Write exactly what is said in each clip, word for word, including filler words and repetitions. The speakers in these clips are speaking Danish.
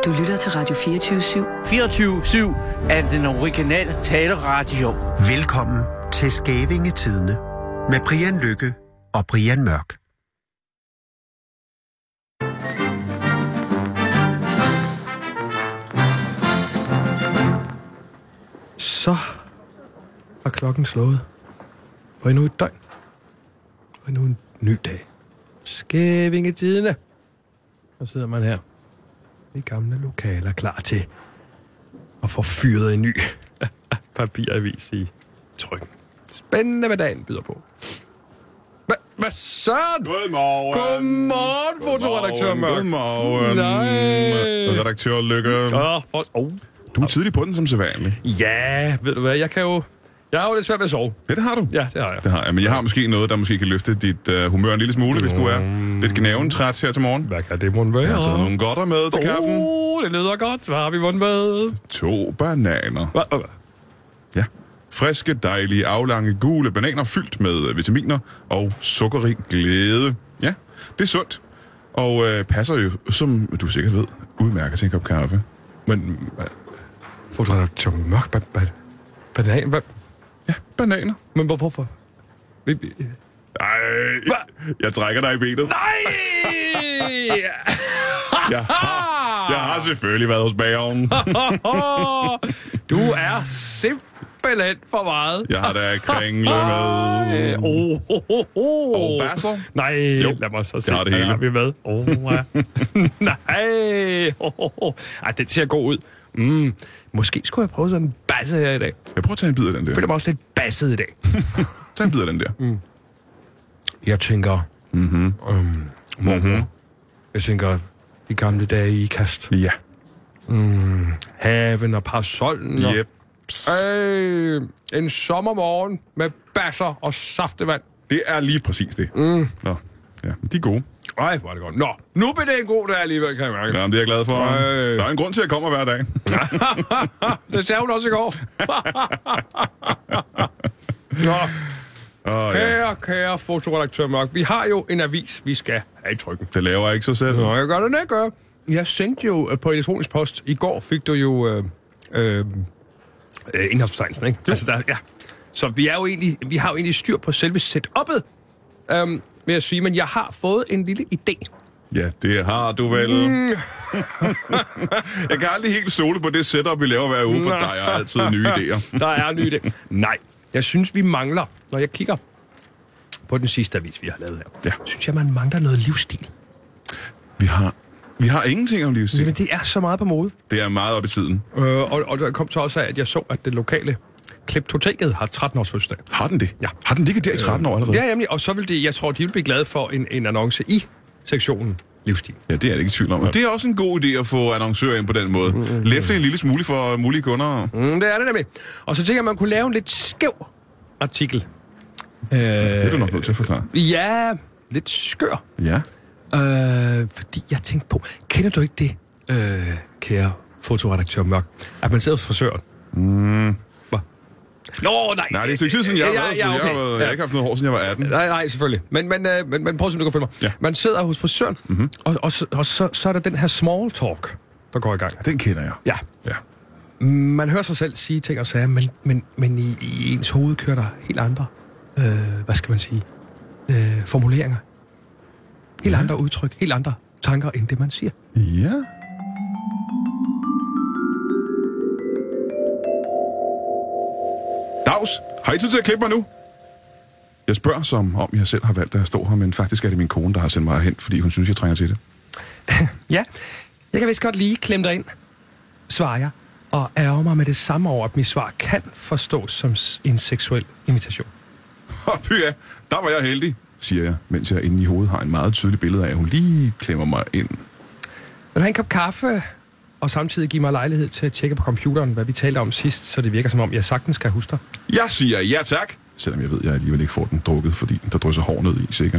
Du lytter til Radio fireogtyve syv. fireogtyve syv er den originale taleradio. Velkommen til Skævinge Tidene med Brian Lykke og Brian Mørk. Så er klokken slået. For endnu et døgn. Og endnu en ny dag. Skævinge Tidene. Så sidder man her i gamle lokaler klar til at få fyret en ny papiravis i trykken. Spændende, hvad dagen byder på. Hva, hvad søren? Godmorgen. Godmorgen, fotoredaktør Mørk. Godmorgen. Nej. Redaktør Lykke. Åh, for... oh. Du er tidlig på den som sædvanlig. Ja, ved du hvad, jeg kan jo... Jeg har jo lidt svært ved at sove. Ja, det har du. Ja, det har jeg. Det har jeg, men jeg har måske noget, der måske kan løfte dit uh, humør en lille smule, hvis du er lidt gnaventræt her til morgen. Hvad kan det måtte være? Jeg har taget nogle godter med til kaffen. Oh, det lyder godt. Hvad har vi måtte med? To bananer. Hvad? Hvad? Ja. Friske, dejlige, aflange, gule bananer fyldt med vitaminer og sukkerrig glæde. Ja, det er sundt. Og øh, passer jo, som du sikkert ved, udmærket til en kop kaffe. Men... Fotoredaktør Mørk, banan... Hvad? Ja, bananer. Men hvor, hvorfor? Vi, vi... Ej, jeg trækker dig i benet. Nej! Jeg har, jeg har selvfølgelig været hos bageren. Du er simpelthen for meget. Jeg har da kringle med. Oh, oh, oh, oh. Og basser. Nej, Jo, lad mig så se, jeg har det hele. er vi med. Oh, ja. Nej. Oh, oh, oh. Ej, den ser god ud. Mm. Måske skulle jeg prøve sådan en basse her i dag. Jeg prøver at tage en bid af den der. Jeg føler mig også lidt basset i dag. Tag en bid af den der. Mm. Jeg tænker... Mhm. Um, mormor. Mm-hmm. Jeg tænker, de gamle dage i Ikast. Ja. Mm, haven og parasollen. Yep. Og, øh, en sommermorgen med basser og saftevand. Det er lige præcis det. Mm. Nå, ja, de er gode. Ej, hvor er det godt. Nå, nu bliver det en god dag alligevel, kan jeg mærke. Ja, det er jeg glad for. Ej. Der er en grund til, at jeg kommer hver dag. Det sagde hun også i går. Nå, Oh, kære, ja. kære fotoredaktør Mørk. Vi har jo en avis, vi skal have i trykken. Det laver jeg ikke så selv. Nå, jeg gør det, jeg gør. Jeg sendte jo øh, på elektronisk post. I går fik du jo øh, øh, øh, indholdsfortegnelsen, ikke? Altså, der, ja. Så vi, er jo egentlig, vi har jo egentlig styr på selve setup'et, øh, vil jeg sige. Men jeg har fået en lille idé. Ja, det har du vel. Mm. Jeg kan aldrig helt stole på det setup, vi laver hver uge, for der er altid nye idéer. Der er nye idéer. Nej, jeg synes, vi mangler, når jeg kigger på den sidste avis, vi har lavet her. Ja. Synes jeg, man mangler noget livsstil. Vi har, vi har ingenting om livsstil. Jamen, det er så meget på mode. Det er meget op i tiden. Øh, og, og der kom så også af, at jeg så, at det lokale Kliptoteket har tretten års fødselsdag. Har den det? Ja. Har den ligget der i tretten år allerede? Ja, jamen, og så vil det, jeg tror, de vil blive glade for en, en annonce i sektionen livsstil. Ja, det er det ikke i tvivl om. Og det er også en god idé at få annoncører ind på den måde. Mm-hmm. Læfte en lille smule for mulige kunder. Mm, det er det nemlig. Og så tænker jeg, at man kunne lave en lidt skæv artikel. Øh, Det er du nok nødt til at forklare. Ja, lidt skør. Ja. Øh, fordi jeg tænkte på, kender du ikke det, øh, kære fotoredaktør Mørk, at man sidder hos frisøren? Mm. Hvad? Nå, nej. Nej, det er et stykke tid siden, jeg har Ja, været, ja, for okay. jeg, har, været, jeg har ikke haft noget hår, siden jeg var atten. Nej, nej, selvfølgelig. Men, men, øh, men, men prøv at se, om du kan følge mig. Ja. Man sidder hos frisøren, mm-hmm. og, og, så, og så, så er der den her small talk, der går i gang. Den kender jeg. Ja. Ja. Man hører sig selv sige ting og sager, men, men, men i, i ens hoved kører der helt andre, øh, hvad skal man sige, øh, formuleringer. Helt ja. andre udtryk, helt andre tanker, end det man siger. Ja. Dags, har I tid til at klippe mig nu? Jeg spørger som om jeg selv har valgt at stå her, men faktisk er det min kone, der har sendt mig hen, fordi hun synes, jeg trænger til det. Ja, jeg kan vist godt lige klemme dig ind, svarer jeg, og ærger mig med det samme over, at mit svar kan forstås som en seksuel imitation. Ja, der var jeg heldig, siger jeg, mens jeg inde i hovedet har en meget tydelig billede af, at hun lige klemmer mig ind. Vil du have en kop kaffe, og samtidig give mig lejlighed til at tjekke på computeren, hvad vi talte om sidst, så det virker som om, jeg sagtens skal huske dig? Jeg siger ja tak, selvom jeg ved, at jeg alligevel ikke får den drukket, fordi der drysser hår ned i, sikkert.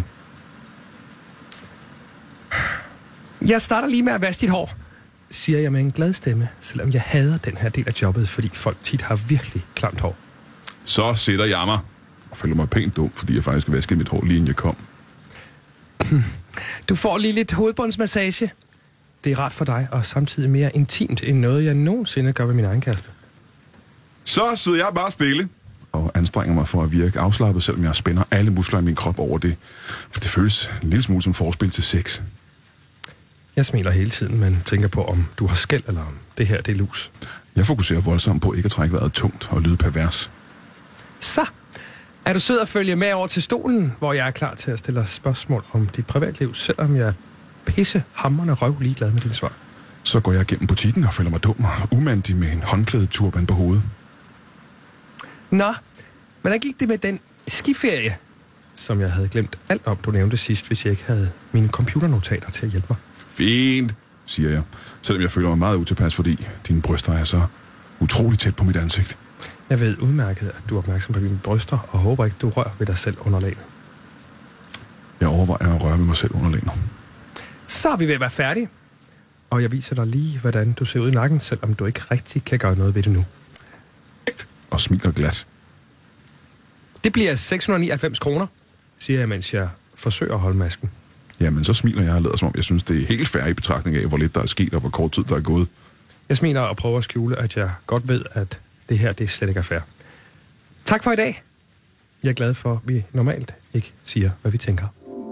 Jeg starter lige med at vaske dit hår, siger jeg med en glad stemme, selvom jeg hader den her del af jobbet, fordi folk tit har virkelig klamt hår. Så sætter jeg mig og føler mig pænt dum, fordi jeg faktisk vaskede mit hår lige inden jeg kom. Du får lige lidt hovedbundsmassage, det er rart for dig, og samtidig mere intimt end noget, jeg nogensinde gør ved min egen kæreste. Så sidder jeg bare stille og anstrenger mig for at virke afslappet, selvom jeg spænder alle muskler i min krop over det. For det føles en lille smule som forspil til sex. Jeg smiler hele tiden, men tænker på, om du har skæld, eller om det her det er lus. Jeg fokuserer voldsomt på ikke at trække vejret tungt og lyde pervers. Så er du sød at følge med over til stolen, hvor jeg er klar til at stille dig spørgsmål om dit privatliv, selvom jeg er pisse hamrende røv ligeglad med dine svar. Så går jeg gennem butikken og føler mig dum og umandig med en håndklædet turban på hovedet. Nå, men der gik det med den skiferie, som jeg havde glemt alt om, du nævnte sidst, hvis jeg ikke havde mine computernotater til at hjælpe mig. Fint, siger jeg, selvom jeg føler mig meget utilpas, fordi dine bryster er så utroligt tæt på mit ansigt. Jeg ved udmærket, at du er opmærksom på dine bryster, og håber ikke, du rører ved dig selv under lænet. Jeg overvejer at røre ved mig selv under lænet. Så er vi ved at være færdige. Og jeg viser dig lige, hvordan du ser ud i nakken, selvom du ikke rigtig kan gøre noget ved det nu. Og smiler glat. Det bliver seks hundrede nioghalvfems kroner, siger jeg, mens jeg forsøger at holde masken. Jamen, så smiler jeg og lader som om, jeg synes, det er helt fair i betragtning af, hvor lidt der er sket, og hvor kort tid der er gået. Jeg smiler og prøver at skjule, at jeg godt ved, at det her, det slet ikke er fair. Tak for i dag. Jeg er glad for, at vi normalt ikke siger, hvad vi tænker.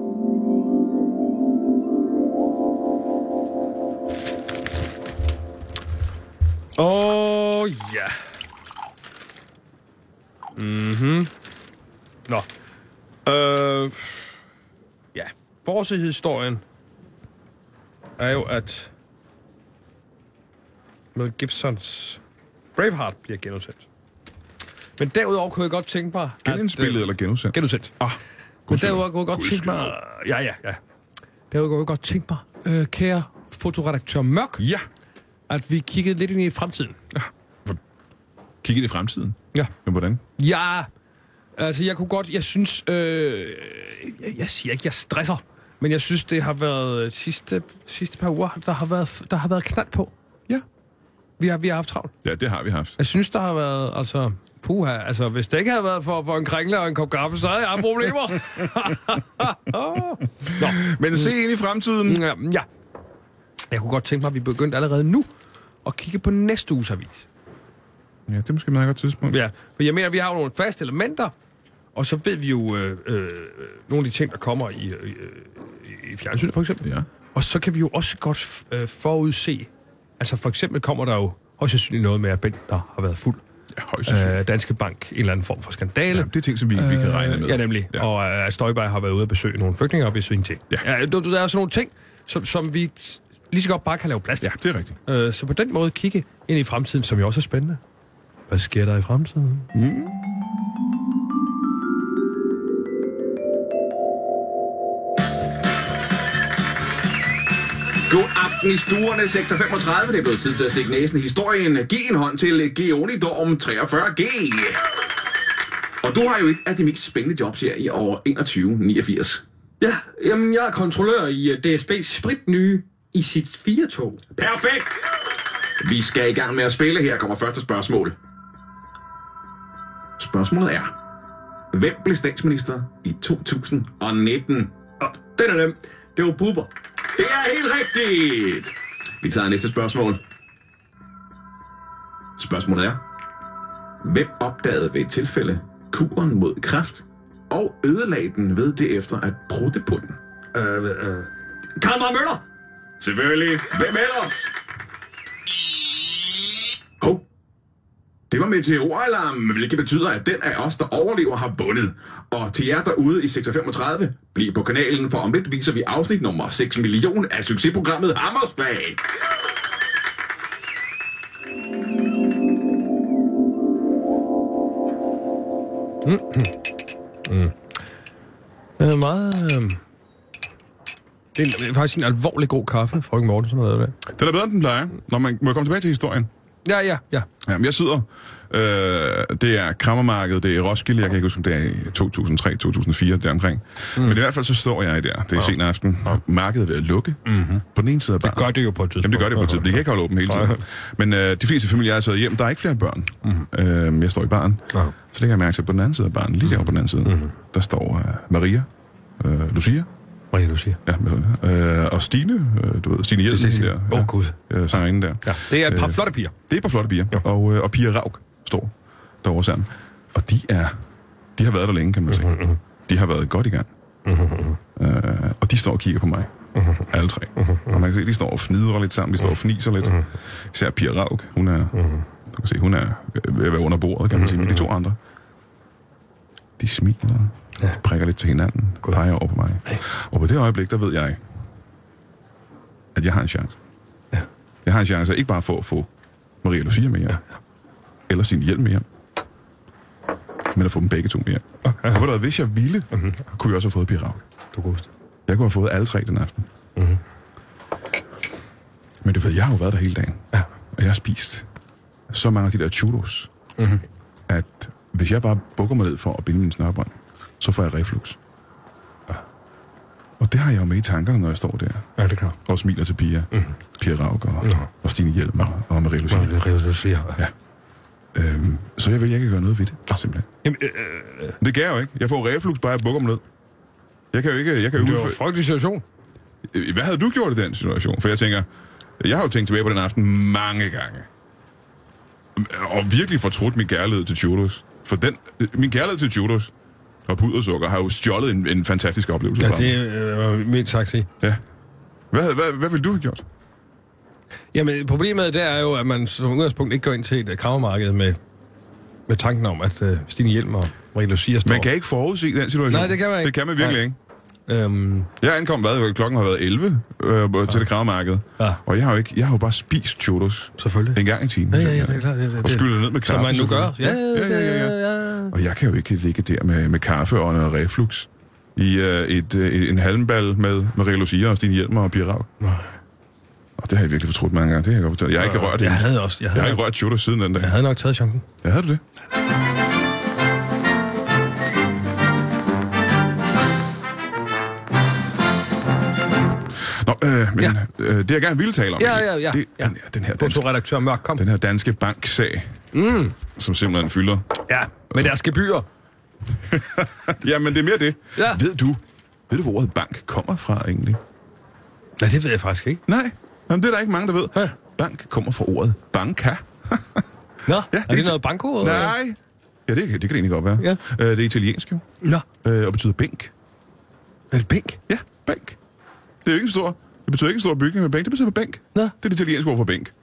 Åh, oh, ja. Mhm. Nå. Øh... Ja. Forsidehistorien er jo, at Mel Gibsons Braveheart bliver genudsendt. Men derudover kunne jeg godt tænke mig... Genindspillet eller genudsendt? Genudsendt. Ah, Men derudover kunne jeg godt tænke mig... Ja, ja, ja. Derudover kunne jeg godt tænke mig, øh, kære fotoredaktør Mørk, ja, at vi kiggede lidt ind i fremtiden. Ja. Kiggede i fremtiden? Ja. Men hvordan? Ja, altså jeg kunne godt... Jeg synes... Øh, jeg, jeg siger ikke, jeg stresser, men jeg synes, det har været sidste, sidste par uger, der har været, der har været knald på. Ja. Vi har, vi har haft travlt. Ja, det har vi haft. Jeg synes, der har været... altså puha, altså hvis det ikke havde været for, for en kringle og en kop kaffe, så havde jeg haft problemer. Nå. Men se ind i fremtiden. Ja, ja. Jeg kunne godt tænke mig, at vi begyndte allerede nu at kigge på næste uges avis. Ja, det er måske et meget godt tidspunkt. Ja, for jeg mener, vi har jo nogle faste elementer, og så ved vi jo øh, øh, nogle af de ting, der kommer i, øh, i fjernsynet, for eksempel. Ja. Og så kan vi jo også godt øh, forudse, altså for eksempel kommer der jo højst sandsynligt noget med, at Bentner har været fuld. Ja, højst sandsynligt. Øh, Danske Bank, en eller anden form for skandale. Ja, det er ting, som vi, øh, vi kan regne med. Ja, nemlig. Ja. Og at øh, Støjberg har været ude at besøge nogle flygtninge op i Svinting. Ja. Ja, der er sådan nogle ting, som, som vi lige så godt bare kan lave plads til. Ja, det er rigtigt. Øh, så på den måde kigge ind i fremtiden, som jo også er spændende. Hvad sker der i fremtiden? Mm. God aften i stuerne sektor femogtredive. Det er blevet tid til at stikke næsen i historien. Giv en hånd til Geonidorm treogfyrre G. Og du har jo et af de mest spændende jobs her i år enogtyve niogfirs. Ja, jamen jeg er kontrollør i D S B's spritnye i sit fire-tog. Perfekt! Vi skal i gang med at spille. Her kommer første spørgsmål. Spørgsmålet er: hvem blev statsminister i to tusind nitten? Og den er nem. Det var Bubber. Det er helt rigtigt! Vi tager næste spørgsmål. Spørgsmålet er: hvem opdagede ved et tilfælde kuren mod kræft og ødelagde den ved det efter at prutte på den? Øh, øh. Karl Marr Møller! Selvfølgelig. Hvem ellers? Hov. Det var meteoralarmen, hvilket betyder, at den af os, der overlever, har vundet. Og til jer derude i sektor femogtredive, bliv på kanalen, for om lidt viser vi afsnit nummer seks millioner af succesprogrammet Hammerslag. Mm. Mm. Det er meget... Øh... Det er faktisk en alvorlig god kaffe, frøken Mortensen har lavet det. Den er bedre, end den plejer. Når man må jeg komme tilbage til historien. Ja, ja, ja. Jamen, jeg sidder... Øh, det er Krammermarkedet, det er Roskilde, jeg kan ikke huske, om det er i to tusind og tre, to tusind og fire, deromkring. Mm. Men i hvert fald så står jeg der. Det er ja. Sen aften. Ja. Markedet er ved at lukke. Mm-hmm. På den ene side af barn. Det gør det jo på et tidspunkt. Jamen, det gør det på et tidspunkt. Det kan ikke holde åben hele tiden. Men øh, de fleste familier er taget hjem. Der er ikke flere børn. Mm-hmm. Øh, jeg står i baren. Ja. Så lægger jeg mærke til på den anden side af barnen, lige mm-hmm. der på den anden side. Mm-hmm. Der står øh, Maria, øh, Lucia Maria Lucia. Ja, øh, og Stine, øh, du ved, Stine Jensen der. Åh, oh, gud. Ja, sangerinde der. Ja, det er et par Øh, flotte piger. Det er et par flotte piger. Og, øh, og Pia Rauk står derovre sammen. Og de er, de har været der længe, kan man sige. Mm-hmm. De har været godt i gang. Mm-hmm. Øh, og de står og kigger på mig. Mm-hmm. Alle tre. Mm-hmm. Og man kan se, de står og fnidrer lidt sammen, de står og fniser lidt. Mm-hmm. Især Pia Rauk, hun er, mm-hmm. du kan se, hun er ved at være under bordet, kan man sige. Men de to andre, de smiler, ja. De prikker lidt til hinanden, God. Peger over på mig. Hey. Og på det øjeblik, der ved jeg, at jeg har en chance. Ja. Jeg har en chance ikke bare for at få Maria Lucia med hjem, ja. Eller sin hjelm med hjem, men at få dem begge to med hjem. Ja. Og ved du, hvis jeg ville, mm-hmm. kunne jeg også have fået Pia Rauk. Du kunne. Jeg kunne have fået alle tre den aften. Mm-hmm. Men du ved, jeg har jo været der hele dagen. Ja. Og jeg har spist så mange af de der churros, mm-hmm. at hvis jeg bare bukker mig ned for at binde min snørbånd, så får jeg reflux. Ja. Og det har jeg jo med i tankerne, når jeg står der. Ja, det kan. Og smiler til Pia. Mm-hmm. Pia Rauk og, ja. og Stine Hjelm og, og Maria Lucia. Maria Lucia. Ja. Øhm, så jeg vil jeg ikke gøre noget ved det, ja. Simpelthen. Jamen, øh, øh. Det kan jeg jo ikke. Jeg får reflux, bare jeg bukker mig ned. Jeg kan jo ikke... Jeg kan jo det var en frygtelig situation. Hvad havde du gjort i den situation? For jeg tænker, jeg har jo tænkt tilbage på den aften mange gange. Og virkelig fortrudt min kærlighed til churros. For den, min kærlighed til churros og pudersukker har jo stjålet en, en fantastisk oplevelse. Ja, det var øh, min taxi. Ja. Hvad, hvad, hvad, hvad ville du have gjort? Jamen, problemet der er jo, at man som udgangspunkt ikke går ind til et krammermarked med, med tanken om, at uh, Stine Hjelm og Maria Lucia står... Man kan ikke forudse den situation. Nej, det kan man ikke. Det kan man virkelig Nej. ikke. Øhm... Jeg ankom, hvad, klokken har været elleve øh, til ja. det krammermarked. Ja. Og jeg har jo ikke, jeg har jo bare spist churros. Selvfølgelig. En gang i timen. Ja, ja, ja, det er klart. Det, det, og skyllet ned med kaffe. Som man nu gør. Ja, ja, ja, ja, ja, ja. Og jeg kan jo ikke ligge der med, med kaffe og noget reflux i uh, et, uh, en halmbal med Maria Lucia og Stine Hjelm og Pia Rauk. Nej. Og det har jeg virkelig fortrudt mange gange. Det har jeg godt fortalt. Jeg har ikke rørt det. Jeg havde også. Jeg, havde jeg har ikke rørt churros siden den dag. Jeg havde nok taget chancen. Ja, havde du det? Nå, øh, men ja. øh, det jeg gerne ville tale om, ja, ja, ja, det, ja. Den, her, den her danske, fotoredaktør Mørk, kom. Den her danske banksag, mm. som simpelthen fylder. Ja, men deres gebyrer. Ja, men det er mere det. Ja. Ved du, ved du, hvor ordet bank kommer fra egentlig? Nej, det ved jeg faktisk ikke. Nej, jamen, det er der ikke mange, der ved. Ja. Bank kommer fra ordet banka. Nå, ja, er det, det noget banko? Nej. Ja, det, det kan det egentlig godt være. Ja. Øh, det er italiensk jo. Nå. Øh, og betyder bænk. Er det bænk? Ja, bænk. Det er jo ikke en stor... Det betyder ikke en stor bygning med bænk, det betyder bænk. Nå. Det er det italienske ord for bænk.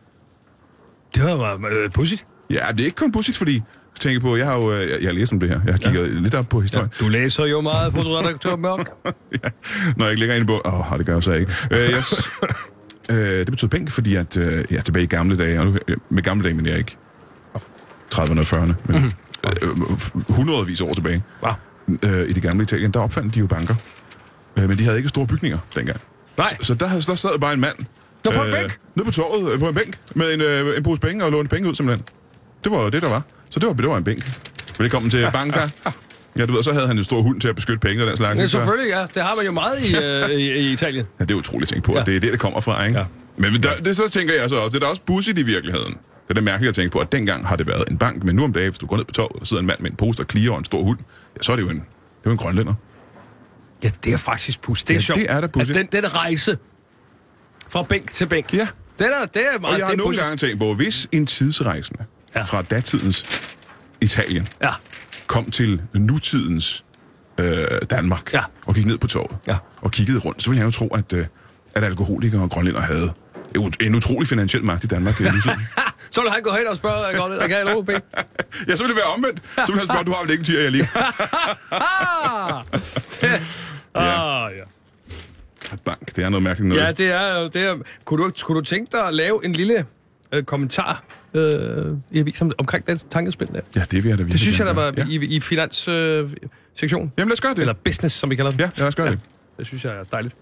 Det var meget øh, pudsigt. Ja, det er ikke kun pudsigt, fordi... Jeg tænker på, jeg har jo... Jeg, jeg har læst om det her. Jeg har kigget ja. lidt op på historien. Ja, du læser jo meget, fotoredaktør Mørk. Ja, når jeg ikke ligger inde på... Åh, oh, det gør jeg så ikke. Uh, yes. uh, det betyder bænk, fordi at... Uh, ja, tilbage i gamle dage... Og nu, med gamle dage, men jeg ikke... trediverne og fyrrerne, men... Mm-hmm. Uh, hundredvis af år tilbage. Wow. Uh, I det gamle Italien, der opfandt de jo banker. Uh, men de havde ikke store bygninger dengang. Nej. Så, så der, der sad bare en mand... Nå, på en øh, bænk? Nede på torvet, på en bænk, med en, øh, en pose penge og lånte penge ud, simpelthen. Det var det, der var. Så det var, det var en bænk. Velkommen til banka. Ja, du ved, så havde han en stor hund til at beskytte penge og den slags. Ja, selvfølgelig, ja. Det har man jo meget i, øh, i, i Italien. Ja, det er utroligt at tænke på, at ja. det er det, det kommer fra, ikke? Ja. Men der, det så tænker jeg så også, det er da også pudsigt i virkeligheden. Det er da mærkeligt at tænke på, at dengang har det været en bank, men nu om dagen, hvis du går ned på torvet, og sidder en mand med en pose, der klirer og en stor hund, ja, så er det jo en, det er jo en grønlænder. Ja, det er faktisk pudsigt. Det er ja, sjovt. det er da pudsigt. Den, den rejse fra bænk til bænk. Ja. Det er, det er meget... Og jeg har nogle gange tænkt på, hvis en tidsrejsende ja. fra datidens Italien ja. kom til nutidens øh, Danmark ja. og gik ned på torvet ja. og kiggede rundt, så ville jeg jo tro, at, øh, at alkoholikere og grønlænder havde en utrolig finansiel magt i Danmark. I så ville han gå hen og spørge, grønlænder, kan jeg låne penge? Ja, så ville det være omvendt. Så ville han spørge, du har vel ikke en tiger, jeg lige. Ja. Ah, ja. Bank, det er noget mærkeligt noget. Ja, det er det er. Kunne du, kunne du tænke dig at lave en lille øh, kommentar øh, i avisen omkring den tankespind der? Ja, det vil jeg da virkelig. Det synes jeg, der var ja. i, i finanssektionen. Øh, Jamen lad os gøre det. Eller business, som vi kalder det. Ja, lad os gøre ja. det. Det synes jeg er dejligt.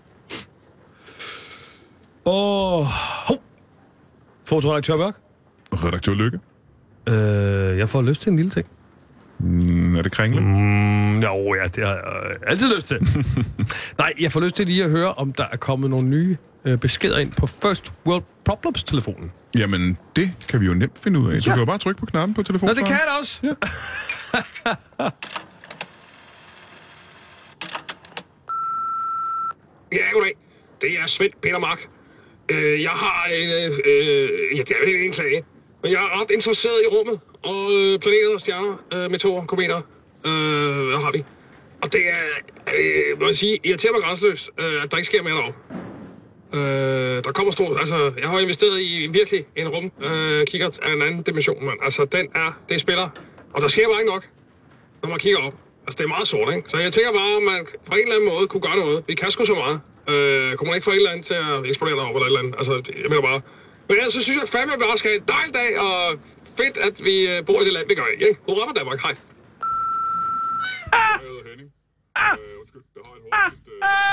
Åh, oh. Fotoredaktør Mørk. Redaktør Lykke. Øh, jeg får lyst til en lille ting. Mm, er det kringle? Mm, jo, ja, det har jeg altid lyst til. Nej, jeg får lyst til lige at høre, om der er kommet nogle nye øh, beskeder ind på First World Problems-telefonen. Jamen, det kan vi jo nemt finde ud af. Så ja. du kan jo bare trykke på knappen på telefonen. Nå, det kan jeg da også. Ja. Ja, goddag. Det er Svend Peter Mark. Øh, jeg har en... Øh, øh, ja, det er jo en klage. Men jeg er ret interesseret i rummet, og øh, planeter og stjerner, øh, meteorer, kometer. Øh, hvad har vi? Og det er, øh, må jeg sige, irriterer mig grænseløst, øh, at der ikke sker mere derovre. Øh, der kommer stort, altså, jeg har investeret i virkelig en rum, øh, kikkert af en anden dimension, mand. Altså, den er, det spiller, og der sker bare ikke nok, når man kigger op. Altså, det er meget sort, ikke? Så jeg tænker bare, at man på en eller anden måde kunne gøre noget. Vi kan sgu så meget. Øh, kunne man ikke få et eller andet til at eksplodere deroppe eller et eller andet? Altså, det, jeg mener bare. Men ellers så synes jeg fandme, at vi også skal have en dejlig dag, og fedt, at vi øh, bor i det land, vi gør i, ikke? Hurra på Danmark, hej. Jeg hedder Henning. Øh, undskyld, det har en hurtigt...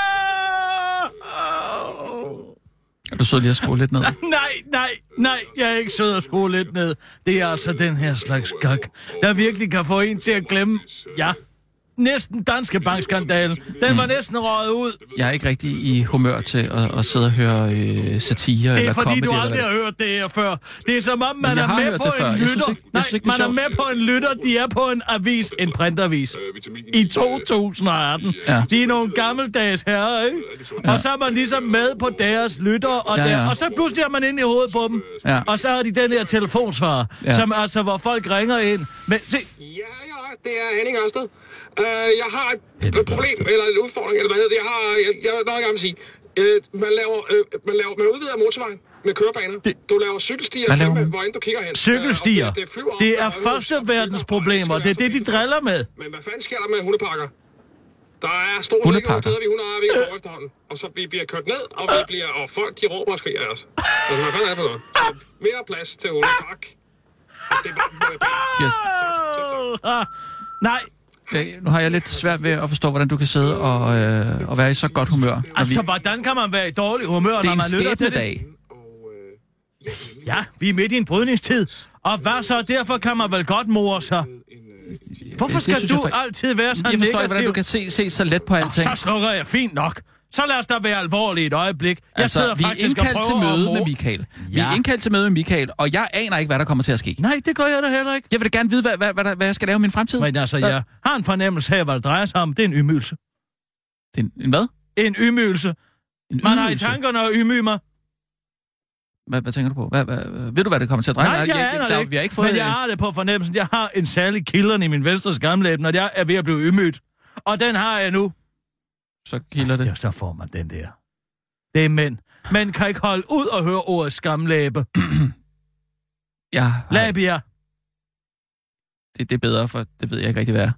Er du sød lige at skrue lidt ned? Nej, nej, nej, jeg er ikke sød at skrue lidt ned. Det er altså den her slags gag, der virkelig kan få en til at glemme, ja, næsten Danske Bank-skandalen. Den var næsten røget ud. Jeg er ikke rigtig i humør til at, at sidde og høre øh, satire eller comedy. Det er fordi, du aldrig eller har hørt det her før. Det er som om, man er med på en lytter. Ikke, Nej, ikke, man er med på en lytter. De er på en avis, en printavis. I to tusind og atten. Ja. De er nogle gammeldags herrer, ikke? Ja. Og så er man ligesom med på deres lytter, og, ja, ja. Der, og så pludselig er man inde i hovedet på dem. Ja. Og så har de den der telefonsvarer, ja. Som altså, hvor folk ringer ind. Men se... Ja, ja, det er Henning Ørsted. Uh, jeg har et uh, problem, eller en udfordring, eller hvad hedder det. Jeg har, jeg, jeg er noget, jeg vil sige. Uh, man laver, uh, man laver, man udvider motorvejen med kørebaner. Det, du laver cykelstier, laver hvor end du kigger hen. Cykelstier? Uh, det, det, op, det er første verdens problemer. Det er det, de driller med. Men hvad fanden sker der med hundepakker? Der er store hundepakker. Steder, vi hundeejer, vi går efterhånden. Og så vi bliver kørt ned, og vi bliver, og folk, de råber og skriger af os. Altså, hvad fanden er det for noget? Så mere plads til hunde, tak. Det er bare... Nej. Nu har jeg lidt svært ved at forstå, hvordan du kan sidde og, øh, og være i så godt humør. Altså, vi... hvordan kan man være i dårlig humør, når man lytter til det? Det er en dag. Ja, vi er midt i en brydningstid. Og hvad så? Derfor kan man vel godt more sig. Hvorfor skal det, det, du for... altid være så negativ? Jeg forstår ikke, hvordan du kan se, se så let på alting. Så slukker jeg fint nok. Så lad os da være alvorlige et øjeblik. Jeg altså, sidder vi faktisk er indkaldt til møde med Michael. Ja. Vi er indkaldt til møde med Michael, og jeg aner ikke, hvad der kommer til at ske. Nej, det gør jeg da heller ikke. Jeg vil da gerne vide, hvad, hvad, hvad, hvad jeg skal lave i min fremtid. Men altså, hvad? Jeg har en fornemmelse af, hvad det drejer sig om. Det er en ydmygelse. Det er en, en hvad? En ydmygelse. En Man har i tankerne at ydmyge mig. Hvad, hvad tænker du på? Hvad, hvad, ved du, hvad det kommer til at dreje? Nej, jeg, jeg aner det ikke. Vi har ikke fået... Men jeg har det på fornemmelsen. Jeg har en særlig kilderen i min venstre skamlæbe, når jeg er ved at blive ydmygt. Og den har jeg nu. Så kilder det. Ja, så får man den der. Det er mænd. Man kan ikke holde ud og høre ordet skamlæbe. Ja. Labia. Det, det er bedre, for det ved jeg ikke rigtig, hvad er.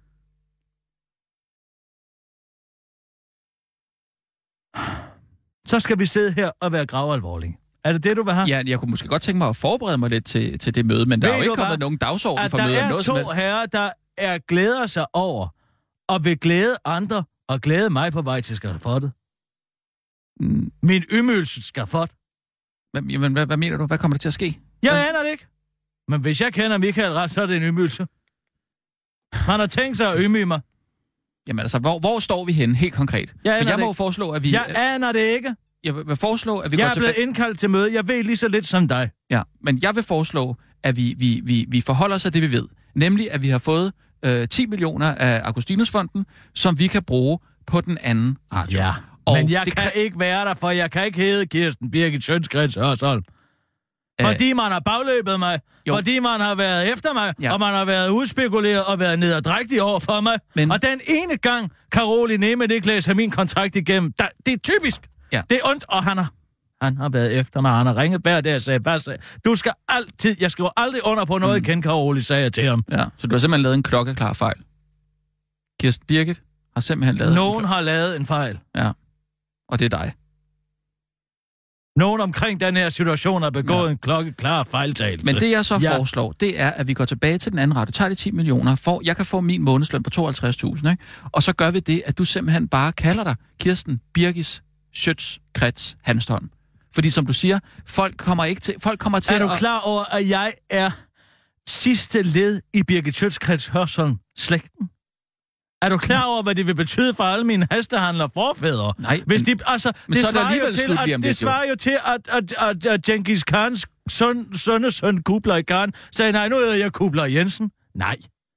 Så skal vi sidde her og være gravalvorlige. Er det det, du vil have? Ja, jeg kunne måske godt tænke mig at forberede mig lidt til, til det møde, men der ved er jo ikke kommet hvad? nogen dagsorden for mødet. Der er to herrer, der er glæder sig over og vil glæde andre og glæde mig på vej til skafottet. Mm. Min ydmygelse skafot. Men hvad, hvad mener du? Hvad kommer der til at ske? Jeg hvad? aner det ikke. Men hvis jeg kender Michael ret, så er det en ydmygelse. Man har tænkt sig at ydmyge mig. Jamen altså, hvor, hvor står vi henne helt konkret? Jeg, For jeg må foreslå, at vi... Jeg aner det ikke. Jeg vil foreslå, at vi jeg går tilbage... Jeg er blevet indkaldt til møde. Jeg ved lige så lidt som dig. Ja, men jeg vil foreslå, at vi, vi, vi, vi forholder os af det, vi ved. Nemlig, at vi har fået øh, ti millioner af Augustinusfonden, som vi kan bruge på den anden radio. Ja, og men jeg kan kræ... ikke være der, for jeg kan ikke hedde Kirsten Birgit Sjønskreds Hørsholm. Fordi man har bagløbet mig, jo. Fordi man har været efter mig, ja. Og man har været udspekuleret og været nederdrægtig over for mig. Men... Og den ene gang, Caroline Nemme Niklas har min kontrakt igennem, der, det er typisk. Ja. Det er ondt, og han har, han har været efter mig. Han har ringet hver dag og sagde, hvad sagde, du skal altid, jeg skriver aldrig under på noget, mm. igen, Caroline, sagde jeg til ham. Ja, så du har simpelthen lavet en klokkeklar fejl. Kirsten Birgit har simpelthen lavet Nogen en har lavet en fejl. Ja, og det er dig. Nogen omkring den her situation har begået ja. en klokkeklar fejltagelse. Men det jeg så ja. foreslår, det er, at vi går tilbage til den anden radio, tager de ti millioner, for jeg kan få min månedsløn på tooghalvtreds tusind, ikke? Og så gør vi det, at du simpelthen bare kalder dig Kirsten Birgis Schøtz Krets Hanstholm. Fordi som du siger, folk kommer ikke til... Folk kommer til er du at... klar over, at jeg er sidste led i Birgit Schøtz Krets Hørsholm slægten? Er du klar over, hvad det vil betyde for alle mine hestehandler forfædre? Nej, Hvis de, altså, men det så er det alligevel slut lige om det. Det svarer jo til, at, at, at, at Genghis Khans søn, sønnesøn Kublai Khan sagde, nej, nu hedder jeg Kublai Jensen. Nej.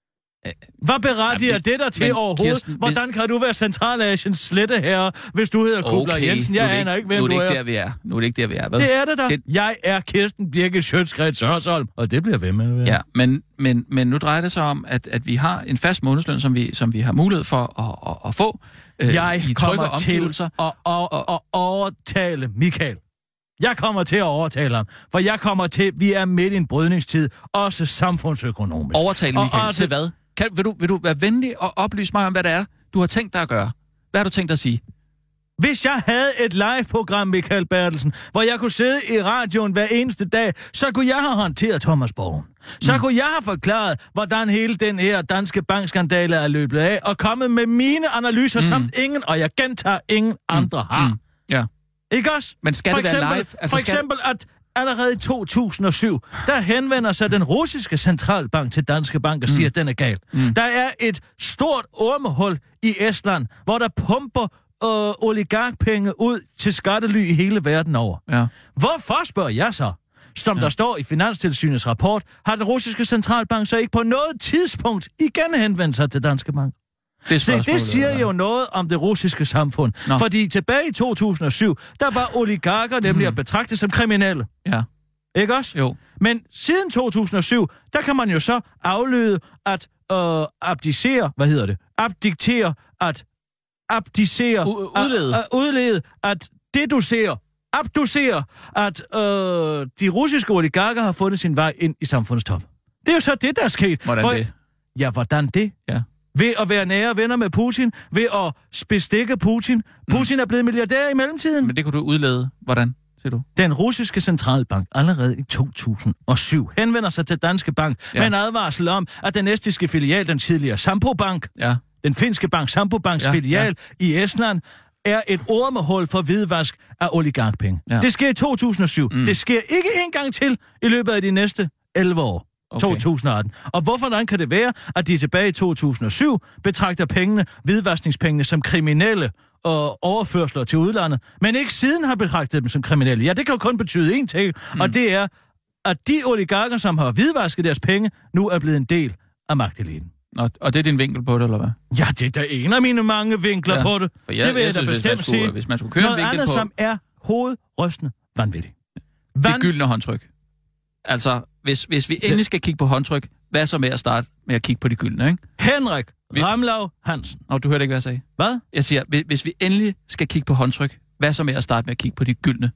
Hvad berettiger ja, det der til overhovedet? Kirsten, Hvordan kan du være Centralasiens sletteherre, hvis du hedder Kubler okay, Jensen? Jeg aner ikke, hvem du er. Nu er det ikke der, vi er. Nu er det ikke der, vi er. Vel? Det er det da. Det... Jeg er Kirsten Birgit Sjøtskreds Hørsholm, og det bliver ved med at være. Ja, men, men, men nu drejer det sig om, at, at vi har en fast månedsløn, som vi, som vi har mulighed for at, at, at få øh, jeg i kommer til at, at, at, at overtale Michael. Jeg kommer til at overtale ham, for jeg kommer til, vi er midt i en brydningstid, også samfundsøkonomisk. Overtale Michael og, og til hvad? Kan, vil, du, vil du være venlig og oplyse mig om, hvad det er, du har tænkt dig at gøre? Hvad har du tænkt dig at sige? Hvis jeg havde et live-program, Michael Bertelsen, hvor jeg kunne sidde i radioen hver eneste dag, så kunne jeg have håndteret Thomas Borgen. Så mm. kunne jeg have forklaret, hvordan hele den her danske bankskandale er løbet af, og kommet med mine analyser, mm. som ingen, og jeg gentager, ingen mm. andre har. Mm. Ja. Ikke også? Men skal for det eksempel, være live? Altså, for eksempel, skal... at allerede i to tusind og syv, der henvender sig den russiske centralbank til Danske Bank og siger, mm. at den er gal. Mm. Der er et stort ormehul i Estland, hvor der pumper øh, oligarkpenge ud til skattely i hele verden over. Ja. Hvorfor, spørger jeg så? Som ja. der står i Finanstilsynets rapport, har den russiske centralbank så ikke på noget tidspunkt igen henvendt sig til Danske Bank. Det, Se, det siger ja. jo noget om det russiske samfund. Nå. Fordi tilbage i to tusind og syv, der var oligarker nemlig mm. at betragte som kriminelle. Ja. Ikke også? Jo. Men siden to tusind og syv, der kan man jo så aflede at øh, abdicere, hvad hedder det? Abdiktere, at abdicere, U- udlede. At, at udlede, at deducere, abducere, at øh, de russiske oligarker har fundet sin vej ind i samfundstop. Det er jo så det, der er sket. Hvordan For, det? Ja, hvordan det? Ja. Ved at være nære venner med Putin, ved at bestikke Putin. Putin mm. er blevet milliardær i mellemtiden. Men det kunne du udlede. Hvordan, siger du? Den russiske centralbank allerede i to tusind og syv henvender sig til Danske Bank ja. med en advarsel om, at den estiske filial, den tidligere Sampo Bank, ja. den finske bank Sampo Banks ja. filial ja. i Estland, er et ormehul for hvidvask af oligarkpenge. Ja. Det sker i to tusind og syv. Mm. Det sker ikke en gang til i løbet af de næste elleve år. Okay. to tusind og atten. Og hvorfor kan det være, at de tilbage i to tusind og syv betragter pengene, hvidvaskningspengene, som kriminelle og overførsler til udlandet, men ikke siden har betragtet dem som kriminelle? Ja, det kan jo kun betyde én ting, mm. og det er, at de oligarker, som har hvidvasket deres penge, nu er blevet en del af magteliten. Og, og det er din vinkel på det, eller hvad? Ja, det er da en af mine mange vinkler ja. på det. Jeg, det vil jeg, jeg da synes, bestemt skulle, sige. Hvis man skulle køre noget en vinkel andet, på... som er hovedrystende vanvittigt. Vand... Det gyldne håndtryk. Altså, hvis, hvis vi endelig skal kigge på håndtryk, hvad så med at starte med at kigge på de gyldne, ikke? Henrik vi... Ramlau Hansen. Nå, du hørte ikke, hvad jeg sagde. Hvad? Jeg siger, hvis vi endelig skal kigge på håndtryk, hvad så med at starte med at kigge på de gyldne?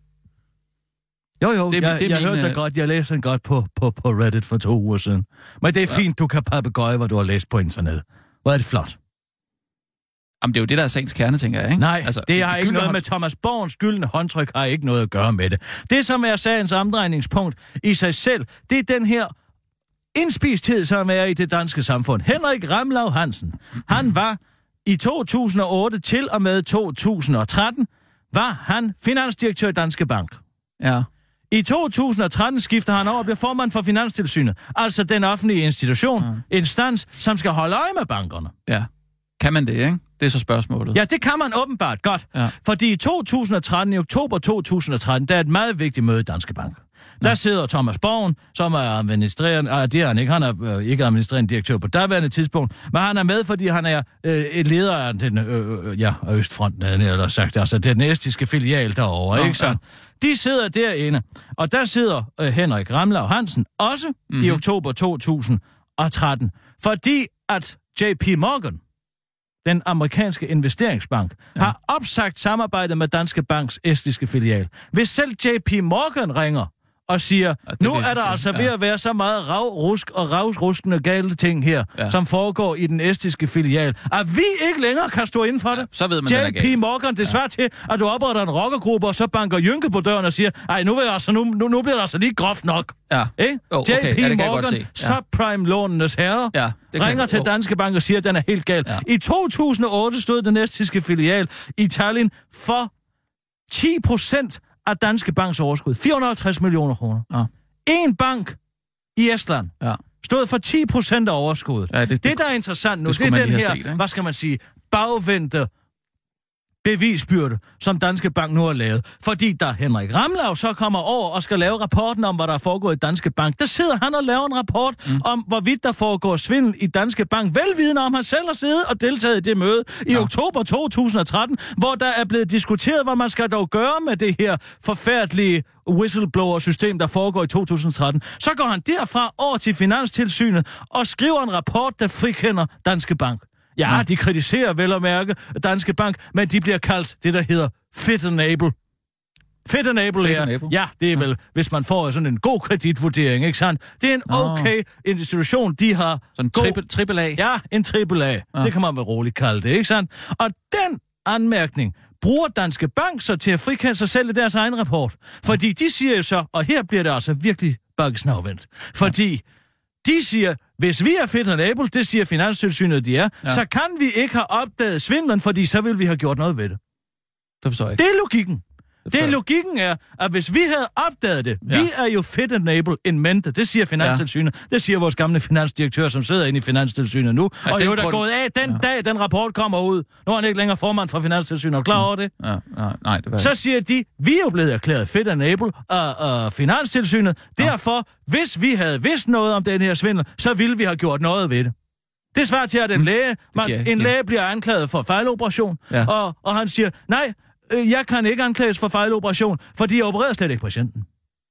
Jo, jo, det, jeg, det jeg min, hørte det godt. Jeg læste den godt på, på, på Reddit for to uger siden. Men det er ja. fint, du kan papegøje, hvad du har læst på internettet. Hvor er det flot. Jamen, det er jo det, der er sagens kerne, tænker jeg, ikke? Nej, altså, det har ikke noget hånd... med Thomas Borgens gyldne håndtryk, har ikke noget at gøre med det. Det, som er sagens omdrejningspunkt i sig selv, det er den her indspisthed, som er i det danske samfund. Henrik Ramlau Hansen, han var i to tusind og otte til og med to tusind og tretten, var han finansdirektør i Danske Bank. Ja. I to tusind og tretten skifter han over og bliver formand for Finanstilsynet, altså den offentlige institution, ja. instans, som skal holde øje med bankerne. Ja. Kan man det, ikke? Det er så spørgsmålet. Ja, det kan man åbenbart godt. Ja. Fordi i to tusind og tretten, i oktober to tusind og tretten, der er et meget vigtigt møde i Danske Bank. Der ja. sidder Thomas Borgen, som er administrerende, ah, det er han ikke, han er øh, ikke administrerende direktør på daværende tidspunkt, men han er med, fordi han er øh, et leder af den, øh, ja, Østfronten, eller sagt, altså den estiske filial derovre, ja, ikke sandt? Ja. De sidder derinde, og der sidder øh, Henrik Ramlau Hansen også mm-hmm. i oktober to tusind og tretten, fordi at J P Morgan, den amerikanske investeringsbank, ja. har opsagt samarbejdet med Danske Banks estiske filial. Hvis selv J P Morgan ringer og siger, ja, nu er der altså ja. ved at være så meget ravrusk og ravruskende gale ting her, ja. som foregår i den estiske filial, at vi ikke længere kan stå inden for det. Ja, så ved man, J P Morgan, det er svært ja. til, at du opretter en rockergruppe, og så banker Jynke på døren og siger, ej, nu, vil jeg altså, nu, nu, nu bliver det altså lige groft nok. Ja. Eh? Oh, okay. J P ja, Morgan, ja. subprime-lånenes herre, ja, ringer til Danske Bank og siger, at den er helt gal. Ja. I to tusind og otte stod den estiske filial i Tallinn for ti procent af Danske Banks overskud. fire hundrede og halvtreds millioner kroner. Ja. En bank i Estland ja. stod for ti procent af overskuddet. Ja, det, det, det, der er interessant nu, det, det er den her, set, hvad skal man sige, bagvendte bevisbyrde, som Danske Bank nu har lavet. Fordi da Henrik Ramlau så kommer over og skal lave rapporten om, hvad der er foregået i Danske Bank, der sidder han og laver en rapport mm. om, hvorvidt der foregår svindel i Danske Bank, velvidende om han selv har siddet og deltaget i det møde i ja. oktober to tusind og tretten, hvor der er blevet diskuteret, hvad man skal dog gøre med det her forfærdelige whistleblower-system, der foregår i to tusind og tretten. Så går han derfra over til Finanstilsynet og skriver en rapport, der frikender Danske Bank. Ja, ja, de kritiserer vel at mærke Danske Bank, men de bliver kaldt det, der hedder fit and able. Fit and able Fit er, and able. ja, det er vel, hvis man får sådan en god kreditvurdering, ikke sandt? Det er en okay oh. institution, de har... Sådan en triple, triple A? Ja, en triple A. Ja. Det kan man vel roligt kalde det, ikke sandt? Og den anmærkning bruger Danske Bank så til at frikende sig selv i deres egen rapport. Fordi ja. de siger jo så, og her bliver det altså virkelig bakkesnavvendt, fordi... Ja. De siger, hvis vi er fit and able, det siger Finanstilsynet, de er, ja. så kan vi ikke have opdaget svindlen, fordi så vil vi have gjort noget ved det. Det forstår jeg ikke. Det er logikken. Det er logikken er, at hvis vi havde opdaget det, ja. vi er jo fit and able in mente, det siger Finanstilsynet, ja. det siger vores gamle finansdirektør, som sidder inde i Finanstilsynet nu, ja, og jo der er gået af den ja. dag, den rapport kommer ud. Nu er han ikke længere formand for Finanstilsynet, er klar over det? Ja, ja, nej, det var Så siger de, vi er jo blevet erklæret fit and able af uh, Finanstilsynet, derfor, ja. hvis vi havde vidst noget om den her svindel, så ville vi have gjort noget ved det. Det svarer til, at en læge, man, en læge bliver anklaget for fejloperation, ja. og, og han siger, nej, jeg kan ikke anklages for fejloperation, fordi jeg opererede slet ikke patienten.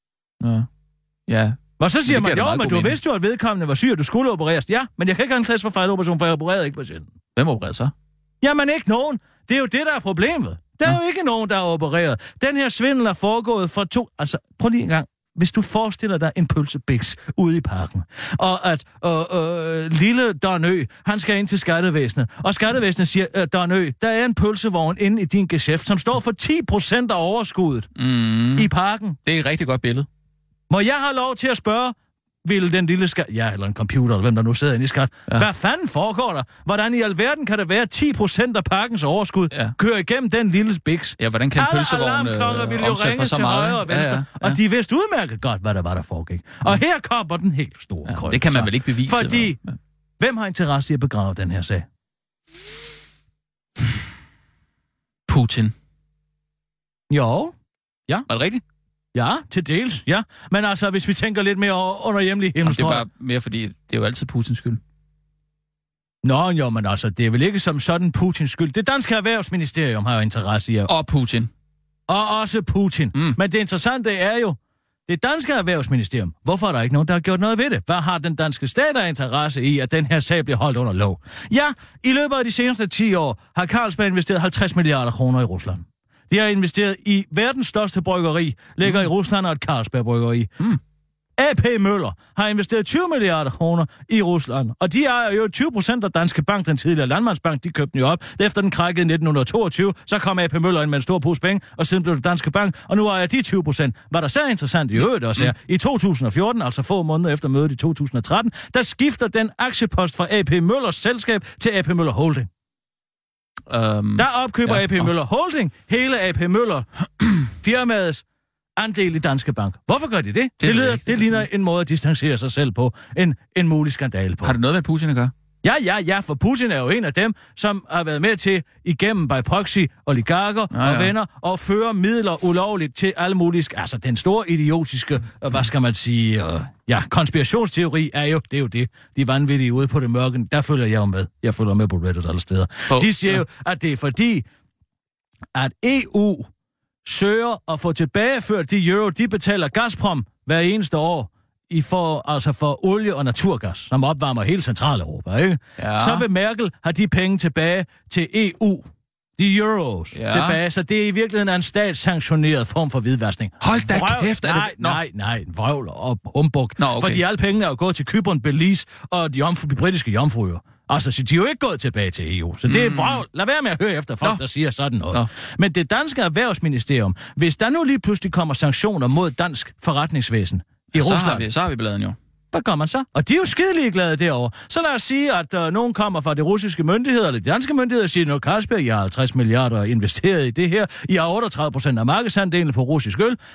Ja. Ja. Og så siger man, jo, men du vidste jo, at vedkommende var syg, og du skulle opereres. Ja, men jeg kan ikke anklages for fejloperation, for jeg opererede ikke patienten. Hvem opererede så? Jamen ikke nogen. Det er jo det, der er problemet. Der er ja. jo ikke nogen, der er opereret. Den her svindel er foregået for to... Altså, prøv lige en gang. Hvis du forestiller dig en pølsebiks ude i parken, og at øh, øh, lille Donø, han skal ind til skattevæsenet, og skattevæsenet siger, øh, Donø, der er en pølsevogn inde i din geschæft, som står for ti procent af overskuddet mm. i parken. Det er et rigtig godt billede. Må jeg have lov til at spørge, vil den lille skat... Ja, eller en computer, eller hvem der nu sidder inde i skat. Ja. Hvad fanden foregår der? Hvordan i alverden kan det være ti procent af parkens overskud ja. kører igennem den lille biks? Ja, hvordan kan en pølsevogn alle alarmklokker ville jo ringe til højre og venstre, ja, ja, ja. og de vidste udmærket godt, hvad der var, der foregik. Og her kommer den helt store ja, krøjt. Det kan man vel ikke bevise? Fordi, ja. hvem har interesse i at begrave den her sag? Putin. Jo. Ja. Var det rigtigt? Ja, til dels, ja. Men altså, hvis vi tænker lidt mere under hjemlig himmelstrøm... Det er bare mere, fordi det er jo altid Putins skyld. Nå, jo, men altså, det er vel ikke som sådan Putins skyld. Det danske erhvervsministerium har jo interesse i at... Og Putin. Og også Putin. Mm. Men det interessante er jo, det danske erhvervsministerium. Hvorfor er der ikke nogen, der har gjort noget ved det? Hvad har den danske stat af interesse i, at den her sag bliver holdt under lov? Ja, i løbet af de seneste ti år har Carlsberg investeret halvtreds milliarder kroner i Rusland. De har investeret i verdens største bryggeri, ligger mm. i Rusland og et Carlsberg-bryggeri. Mm. A P Møller har investeret tyve milliarder kroner i Rusland, og de ejer jo tyve procent af Danske Bank, den tidligere Landmandsbank, de købte den jo op. Efter den krakkede i nitten toogtyve, så kom A P Møller ind med en stor pose penge, og siden blev det Danske Bank, og nu ejer de tyve procent. Hvad der så er interessant i øvrigt også er, i to tusind og fjorten, altså få måneder efter mødet i to tusind og tretten, der skifter den aktiepost fra A P Møllers selskab til A P Møller Holding. Um, der opkøber ja, A P Møller Holding hele A P Møller firmaets andel i Danske Bank. Hvorfor gør de det? Det, det, leder, det ligner en måde at distancere sig selv på. En, en mulig skandale på. Har det noget med Putin at gøre? Ja, ja, ja, for Putin er jo en af dem, som har været med til igennem by proxy oligarker ja, ja. og venner og føre midler ulovligt til alle mulige... Altså, den store idiotiske, hvad skal man sige... Uh, ja, konspirationsteori er jo, det er jo det. De vanvittige ude på det mørke, der følger jeg jo med. Jeg følger med på Reddit alle steder. Oh, De siger ja. jo, at det er fordi, at E U søger at få tilbageført de euro, de betaler Gazprom hver eneste år, i for, altså for olie og naturgas, som opvarmer hele Centraleuropa, ikke? Ja. Så vil Merkel have de penge tilbage til E U. De euros ja. tilbage, så det er i virkeligheden en statssanktioneret form for hvidvaskning. Hold da vrøvl. Kæft, er det... Nej, nej, nej, vrøvl og humbug. Nå, okay. Fordi alle pengene er jo gået til Cypern, Belize og de, jomfru, de britiske jomfruer. Altså, de er jo ikke gået tilbage til E U. Så det er vrøvl. Lad være med at høre efter folk, Nå. der siger sådan noget. Nå. Men det danske erhvervsministerium, hvis der nu lige pludselig kommer sanktioner mod dansk forretningsvæsen i ja, Rusland... Så har vi, så har vi bladen jo. Hvad gør man så? Og de er jo skidelig glade derovre. Så lad os sige, at uh, nogen kommer fra de russiske myndigheder, eller de danske myndigheder, og siger, at Carlsberg, I har halvtreds milliarder investeret i det her. I har otteogtredive procent af markedsandelen på russisk øl. Mm.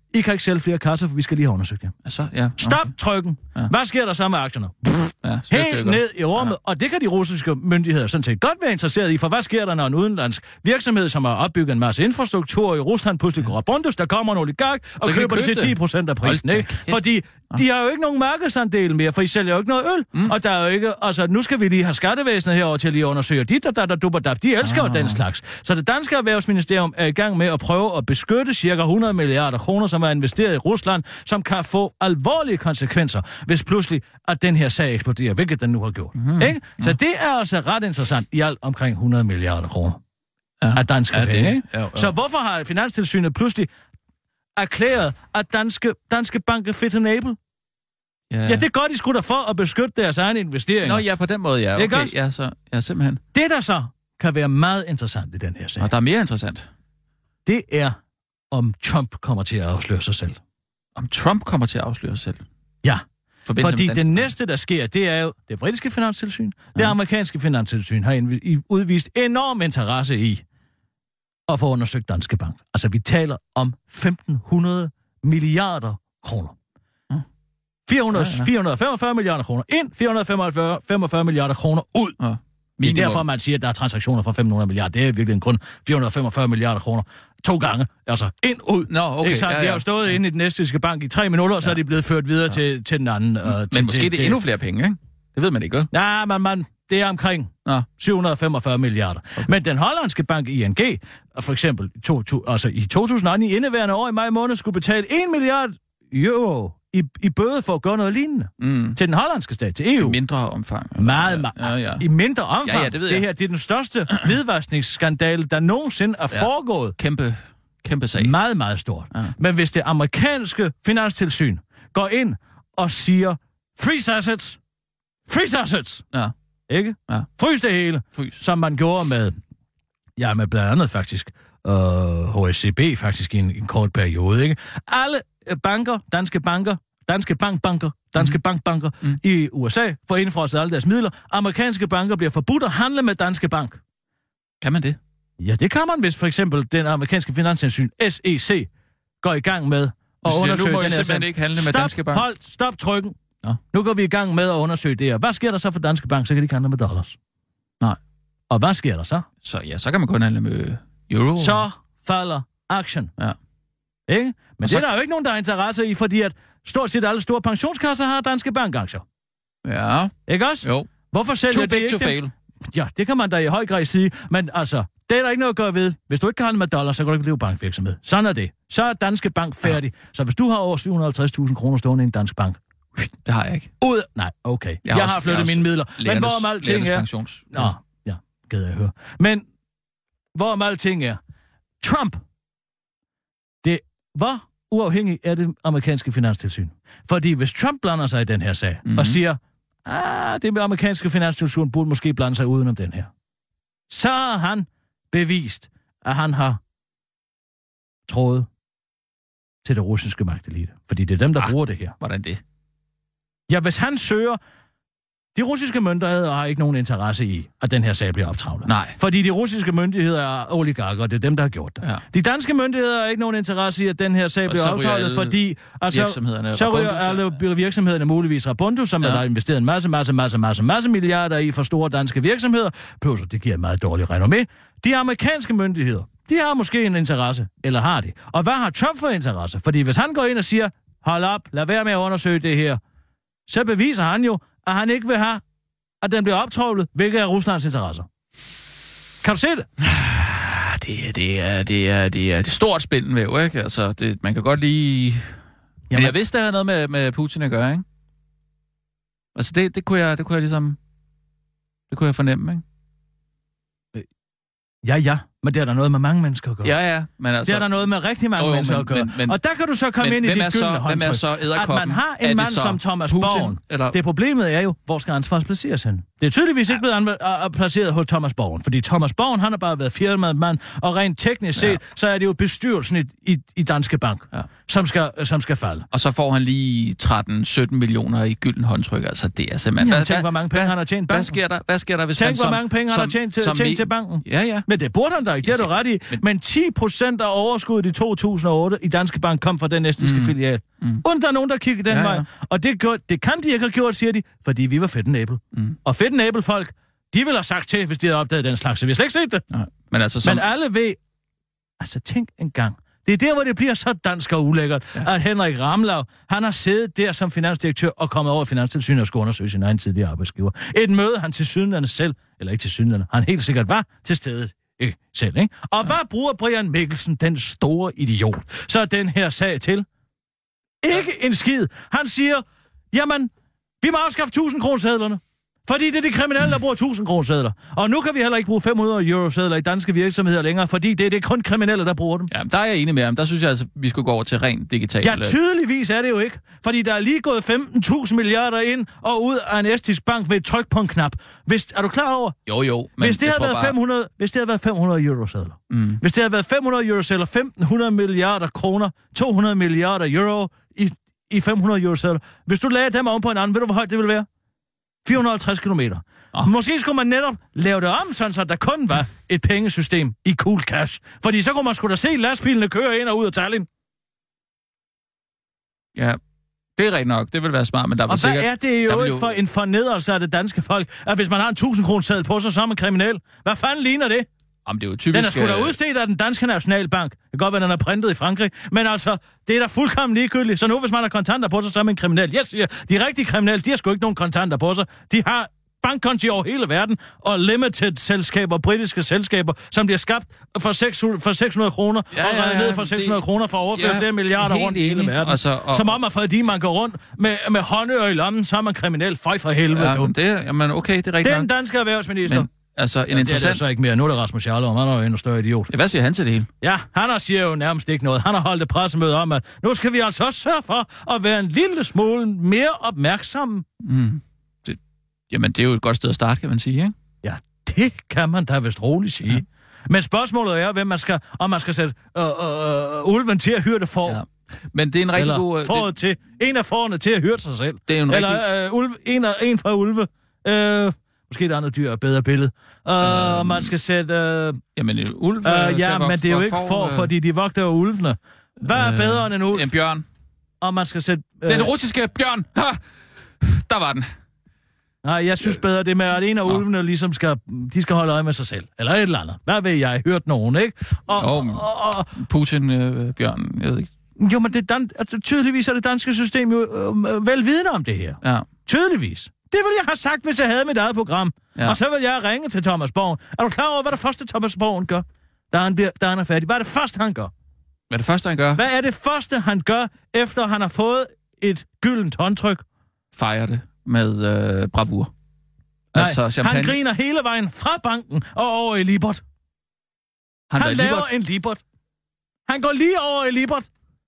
I kan ikke sælge flere kasser, for vi skal lige have undersøgt jer. Altså, ja. Stop trykken! Ja. Hvad sker der så med aktierne? Ja, helt ned i rummet, ja. Og det kan de russiske myndigheder sådan set godt være interesseret i, for hvad sker der, når en udenlandsk virksomhed, som har opbygget en masse infrastruktur i Rusland, pludselig går rundt, der kommer en oligark og køber det til ti procent af prisen, ikke? Fordi ja. de har jo ikke nogen markedsandel mere, for I sælger jo ikke noget øl, mm. og der er jo ikke, altså nu skal vi lige have skattevæsenet herover til at lige undersøge dit, der, der, der, der, der, de elsker ah. jo den slags. Så det danske erhvervsministerium er i gang med at prøve at beskytte cirka hundrede milliarder kroner, som er investeret i Rusland, som kan få alvorlige konsekvenser, hvis pludselig at den her sag eksploderer, hvilket den nu har gjort. Mm. Ikke? Så det er altså ret interessant i alt omkring hundrede milliarder kroner ja. Af danske ja, penge. Ikke? Jo, jo. Så hvorfor har Finanstilsynet pludselig erklæret, at danske, danske bank er fit enable? Ja. ja, det gør de sgu da for at beskytte deres egne investeringer. Nå ja, på den måde, ja. Okay, ja, så, ja, simpelthen. Det, der så kan være meget interessant i den her sag. Og der er mere interessant. Det er, om Trump kommer til at afsløre sig selv. Om Trump kommer til at afsløre sig selv? Ja. Fordi det næste, der sker, det er jo det britiske finanstilsyn. Ja. Det amerikanske finanstilsyn har udvist enorm interesse i at få undersøgt Danske Bank. Altså, vi taler om femten hundrede milliarder kroner. fire hundrede, ja, ja. fire hundrede femogfyrre milliarder kroner ind, fire hundrede femogfyrre milliarder kroner ud. Ja. Det er derfor, man siger, at der er transaktioner for fem hundrede milliarder. Det er virkelig en grund. fire hundrede femogfyrre milliarder kroner. To gange. Altså ind, ud. Nå, okay. Ikke sant? Ja, ja. De har jo stået ja. inde i den estiske bank i tre minutter, og så ja. er de blevet ført videre ja. til, til den anden. Uh, Men til, måske til, det er endnu flere penge, ikke? Det ved man ikke, vel? Ja, men man, det er omkring ja. syv hundrede femogfyrre milliarder. Okay. Men den hollandske bank I N G, for eksempel to, to, altså i to tusind og ni, indeværende år i maj måned, skulle betale en milliard euro i, i bøde for at gøre noget lignende. Mm. Til den hollandske stat, til E U. I mindre omfang. Meget, meget. Ja, ja. I mindre omfang. Ja, ja, det ved jeg. Det her, det er den største hvidvaskningsskandale, der nogensinde er ja. foregået. Kæmpe, kæmpe sag. Meget, meget stort. Ja. Men hvis det amerikanske finanstilsyn går ind og siger, freeze assets, freeze assets, ja. ikke? Ja. Frys det hele, Frys. Som man gjorde med, ja, med blandt andet faktisk, øh, H S C B faktisk i en, en kort periode, ikke? Alle banker, danske banker, danske bankbanker, danske mm. bankbanker mm. i U S A får indfrosset alle deres midler. Amerikanske banker bliver forbudt at handle med Danske Bank. Kan man det? Ja, det kan man, hvis for eksempel den amerikanske finanstilsyn, S E C, går i gang med at siger, undersøge nu må den her sag. Ikke handle med stop, Danske Bank. Hold, stop trykken. Nå. Nu går vi i gang med at undersøge det her. Hvad sker der så for Danske Bank? Så kan de ikke handle med dollars. Nej. Og hvad sker der så? Så ja, så kan man kun handle med euro. Så falder action. Ja. Ikke? Men og det så... er der jo ikke nogen, der har interesse i, fordi at stort set alle store pensionskasser har Danske Bank-aktier. Ja. Ikke også? Jo. Hvorfor sælger Too det big ikke to fail. Ja, det kan man da i høj grad sige. Men altså, det er der ikke noget at gøre ved. Hvis du ikke kan handle med dollars, så kan du ikke blive bankvirksomhed. Sådan er det. Så er Danske Bank færdig. Ja. Så hvis du har over syv hundrede og halvtreds tusind kroner stående i en dansk bank... Det har jeg ikke. Ud... Nej, okay. Jeg, jeg har, har flyttet mine midler. Men hvorom alting er... Pensions. Nå, ja, gad jeg høre. Men hvorom alting er... Trump... Det var uafhængig af det amerikanske finanstilsyn. Fordi hvis Trump blander sig i den her sag, mm-hmm. og siger, ah, det med amerikanske finanstilsyn burde måske blande sig udenom den her, så har han bevist, at han har trådet til det russiske magtelite. Fordi det er dem, der ah, bruger det her. Hvordan det? Ja, hvis han søger... De russiske myndigheder har ikke nogen interesse i, at den her sag bliver optravlet. Nej. Fordi de russiske myndigheder er oligarker, og det er dem, der har gjort det. Ja. De danske myndigheder har ikke nogen interesse i, at den her sag bliver optravlet, fordi altså, virksomhederne så ryger alle virksomhederne muligvis Rabundus, som ja. har investeret en masse, masse, masse, masse, masse milliarder i for store danske virksomheder. Plus, det giver et meget dårligt renommé. De amerikanske myndigheder, de har måske en interesse, eller har de. Og hvad har Trump for interesse? Fordi hvis han går ind og siger, hold op, lad være med at undersøge det her, så beviser han jo, at han ikke vil have, at den bliver optravlet, hvilket er Ruslands interesser. Kan du se det? Det, det, er, det, er, det er et stort spindelvæv, ikke? Altså, det, man kan godt lige... Jamen, men jeg vidste, det havde noget med, med Putin at gøre, ikke? Altså, det, det, kunne jeg, det kunne jeg ligesom... Det kunne jeg fornemme, ikke? Ja, ja, men det er der noget med mange mennesker at gøre. Ja, ja, men altså... Det er der noget med rigtig mange jo, jo, mennesker men, at gøre. Men, men, og der kan du så komme ind i dit gyldne håndtryk. Hvem er så edderkoppen? At man har en mand som Thomas Borgen. Eller... Det problemet er jo, hvor skal ansvaret placeres hen? Det er tydeligvis ja. ikke blevet anv- placeret hos Thomas Borgen, fordi Thomas Borgen, han har bare været firmand, og rent teknisk set, ja. så er det jo bestyrelsen i, i, i Danske Bank, ja. som, skal, som skal falde. Og så får han lige tretten sytten millioner i gylden håndtryk, altså det er simpelthen... Jamen, tænk, hvor mange penge han har tjent banken. Hvad sker der, hvad sker der hvis tænk, han som... hvor mange penge han har tjent til, tjent til banken. Ja, ja. Men det burde han der ikke, det har du ret i. Men, men ti procent af overskuddet i to tusind og otte i Danske Bank kom fra den estiske mm. filial. Mm. Uden der er nogen, der kigger den ja, vej. Ja. Og det, gør, det kan de ikke have gjort, siger de, fordi vi var fedt næbel. Mm. Og fedt næbelfolk, de ville have sagt til, hvis de havde opdaget den slags. Så vi har slet ikke set det. Ja. Men, altså, som... men alle ved... Altså, tænk en gang. Det er der, hvor det bliver så dansk og ulækkert, ja. At Henrik Ramlau, han har siddet der som finansdirektør og kommet over i Finanstilsynet og skulle undersøge sin egen tidligere arbejdsgiver. Et møde, han til sydenlande selv, eller ikke til sydenlande, han helt sikkert var til stede ikke, selv, ikke? Og ja. Hvad bruger Brian Mikkelsen, den store idiot, så den her sag til? Ikke ja. En skid. Han siger, jamen, vi må afskaffe tusind kronesedlerne. Fordi det er de kriminelle, der bruger tusind kronesedler. Og nu kan vi heller ikke bruge fem hundrede eurosedler i danske virksomheder længere, fordi det er det kun kriminelle, der bruger dem. Ja, der er jeg enig med ham. Der synes jeg altså, vi skulle gå over til rent digitalt. Ja, tydeligvis er det jo ikke. Fordi der er lige gået femten tusind milliarder ind og ud af en estisk bank ved et tryk på en knap. Hvis, er du klar over? Jo, jo. Men hvis det havde været bare... fem hundrede, hvis det havde været fem hundrede eurosedler. Mm. Hvis det havde været fem hundrede eurosedler, femten hundrede milliarder kroner, to hundrede milliarder euro i, i fem hundrede eurosedler. Hvis du lagde dem oven på en anden, ved du, hvor højt det ville være? fire hundrede og halvtreds kilometer. Oh. Måske skulle man netop lave det om, sådan så der kun var et pengesystem i cool cash. Fordi så kunne man sgu da se lastbilene køre ind og ud af Tallinn. Ja, det er rigtigt nok. Det vil være smart, men der var sikkert... Og hvad er det jo ikke for en fornedrelse af det danske folk, at hvis man har en tusind kroner seddel på sig, så er man kriminel? Hvad fanden ligner det? Jamen, det er jo typisk... Den er sgu da udstedt af den danske nationalbank. Det kan godt være, den er printet i Frankrig. Men altså, det er da fuldkommen ligegyldigt. Så nu, hvis man har kontanter på sig, så er man kriminel. Jeg siger, de rigtige kriminelle, de har sgu ikke nogen kontanter på sig. De har bankkonti over hele verden, og limited-selskaber, britiske selskaber, som bliver skabt for, seks hundrede kroner, ja, og reddet ja, ja, ned for seks hundrede kroner for at overføre ja, flere milliarder rundt i hele verden. Altså, og... Som om, at fordi man går rundt med, med håndører i lommen, så er man kriminel. Fej for helvede, ja, du. Det, jamen, okay, det er rigtigt. Den danske erhvervsminister. Men... Altså, en ja, interessant... Det er så ikke mere. Nu er det Rasmus Jarlov, han er jo endnu større idiot. Ja, hvad siger han til det hele? Ja, han siger jo nærmest ikke noget. Han har holdt et pressemøde om, at nu skal vi altså også sørge for at være en lille smule mere opmærksomme. Mm. Det, jamen, det er jo et godt sted at starte, kan man sige, ikke? Ja, det kan man da vist roligt sige. Ja. Men spørgsmålet er, hvem man skal, om man skal sætte øh, øh, ulven til at hyrde for. Ja. Men det er en rigtig Eller god... Eller det... til en af forerne til at hyrde sig selv. Det er en Eller rigtig... øh, ulve, en, af, en fra ulve... Øh, Måske et andet dyr er bedre billede. Og uh, øhm, man skal sætte... Uh, jamen, en ulv... Uh, ja, men det er jo ikke for, uh, fordi de vogter jo ulvene. Hvad er uh, bedre end en ulv? En bjørn. Og man skal sætte... Uh, Den russiske bjørn! Ha! Der var den. Nej, jeg synes bedre det med, at en af ulvene ligesom skal... De skal holde øje med sig selv. Eller et eller andet. Hvad ved jeg? Hørt nogen, ikke? Og, jo, og, og, Putin-bjørn, øh, jeg ved ikke. Jo, men det dan- altså, tydeligvis er det danske system jo øh, velvidende om det her. Ja. Tydeligvis. Det ville jeg have sagt, hvis jeg havde mit eget program. Ja. Og så vil jeg ringe til Thomas Borgen. Er du klar over, hvad det første Thomas Borgen gør, da han, bliver, da han er færdig? Hvad er det første, han gør? Hvad er det første, han gør? Hvad er det første, han gør, efter han har fået et gyldent håndtryk? Fejrer det med øh, bravur. Nej, altså, han griner hele vejen fra banken og over i Libert. Han, han laver Libert? en Libert. Han går lige over i Libert.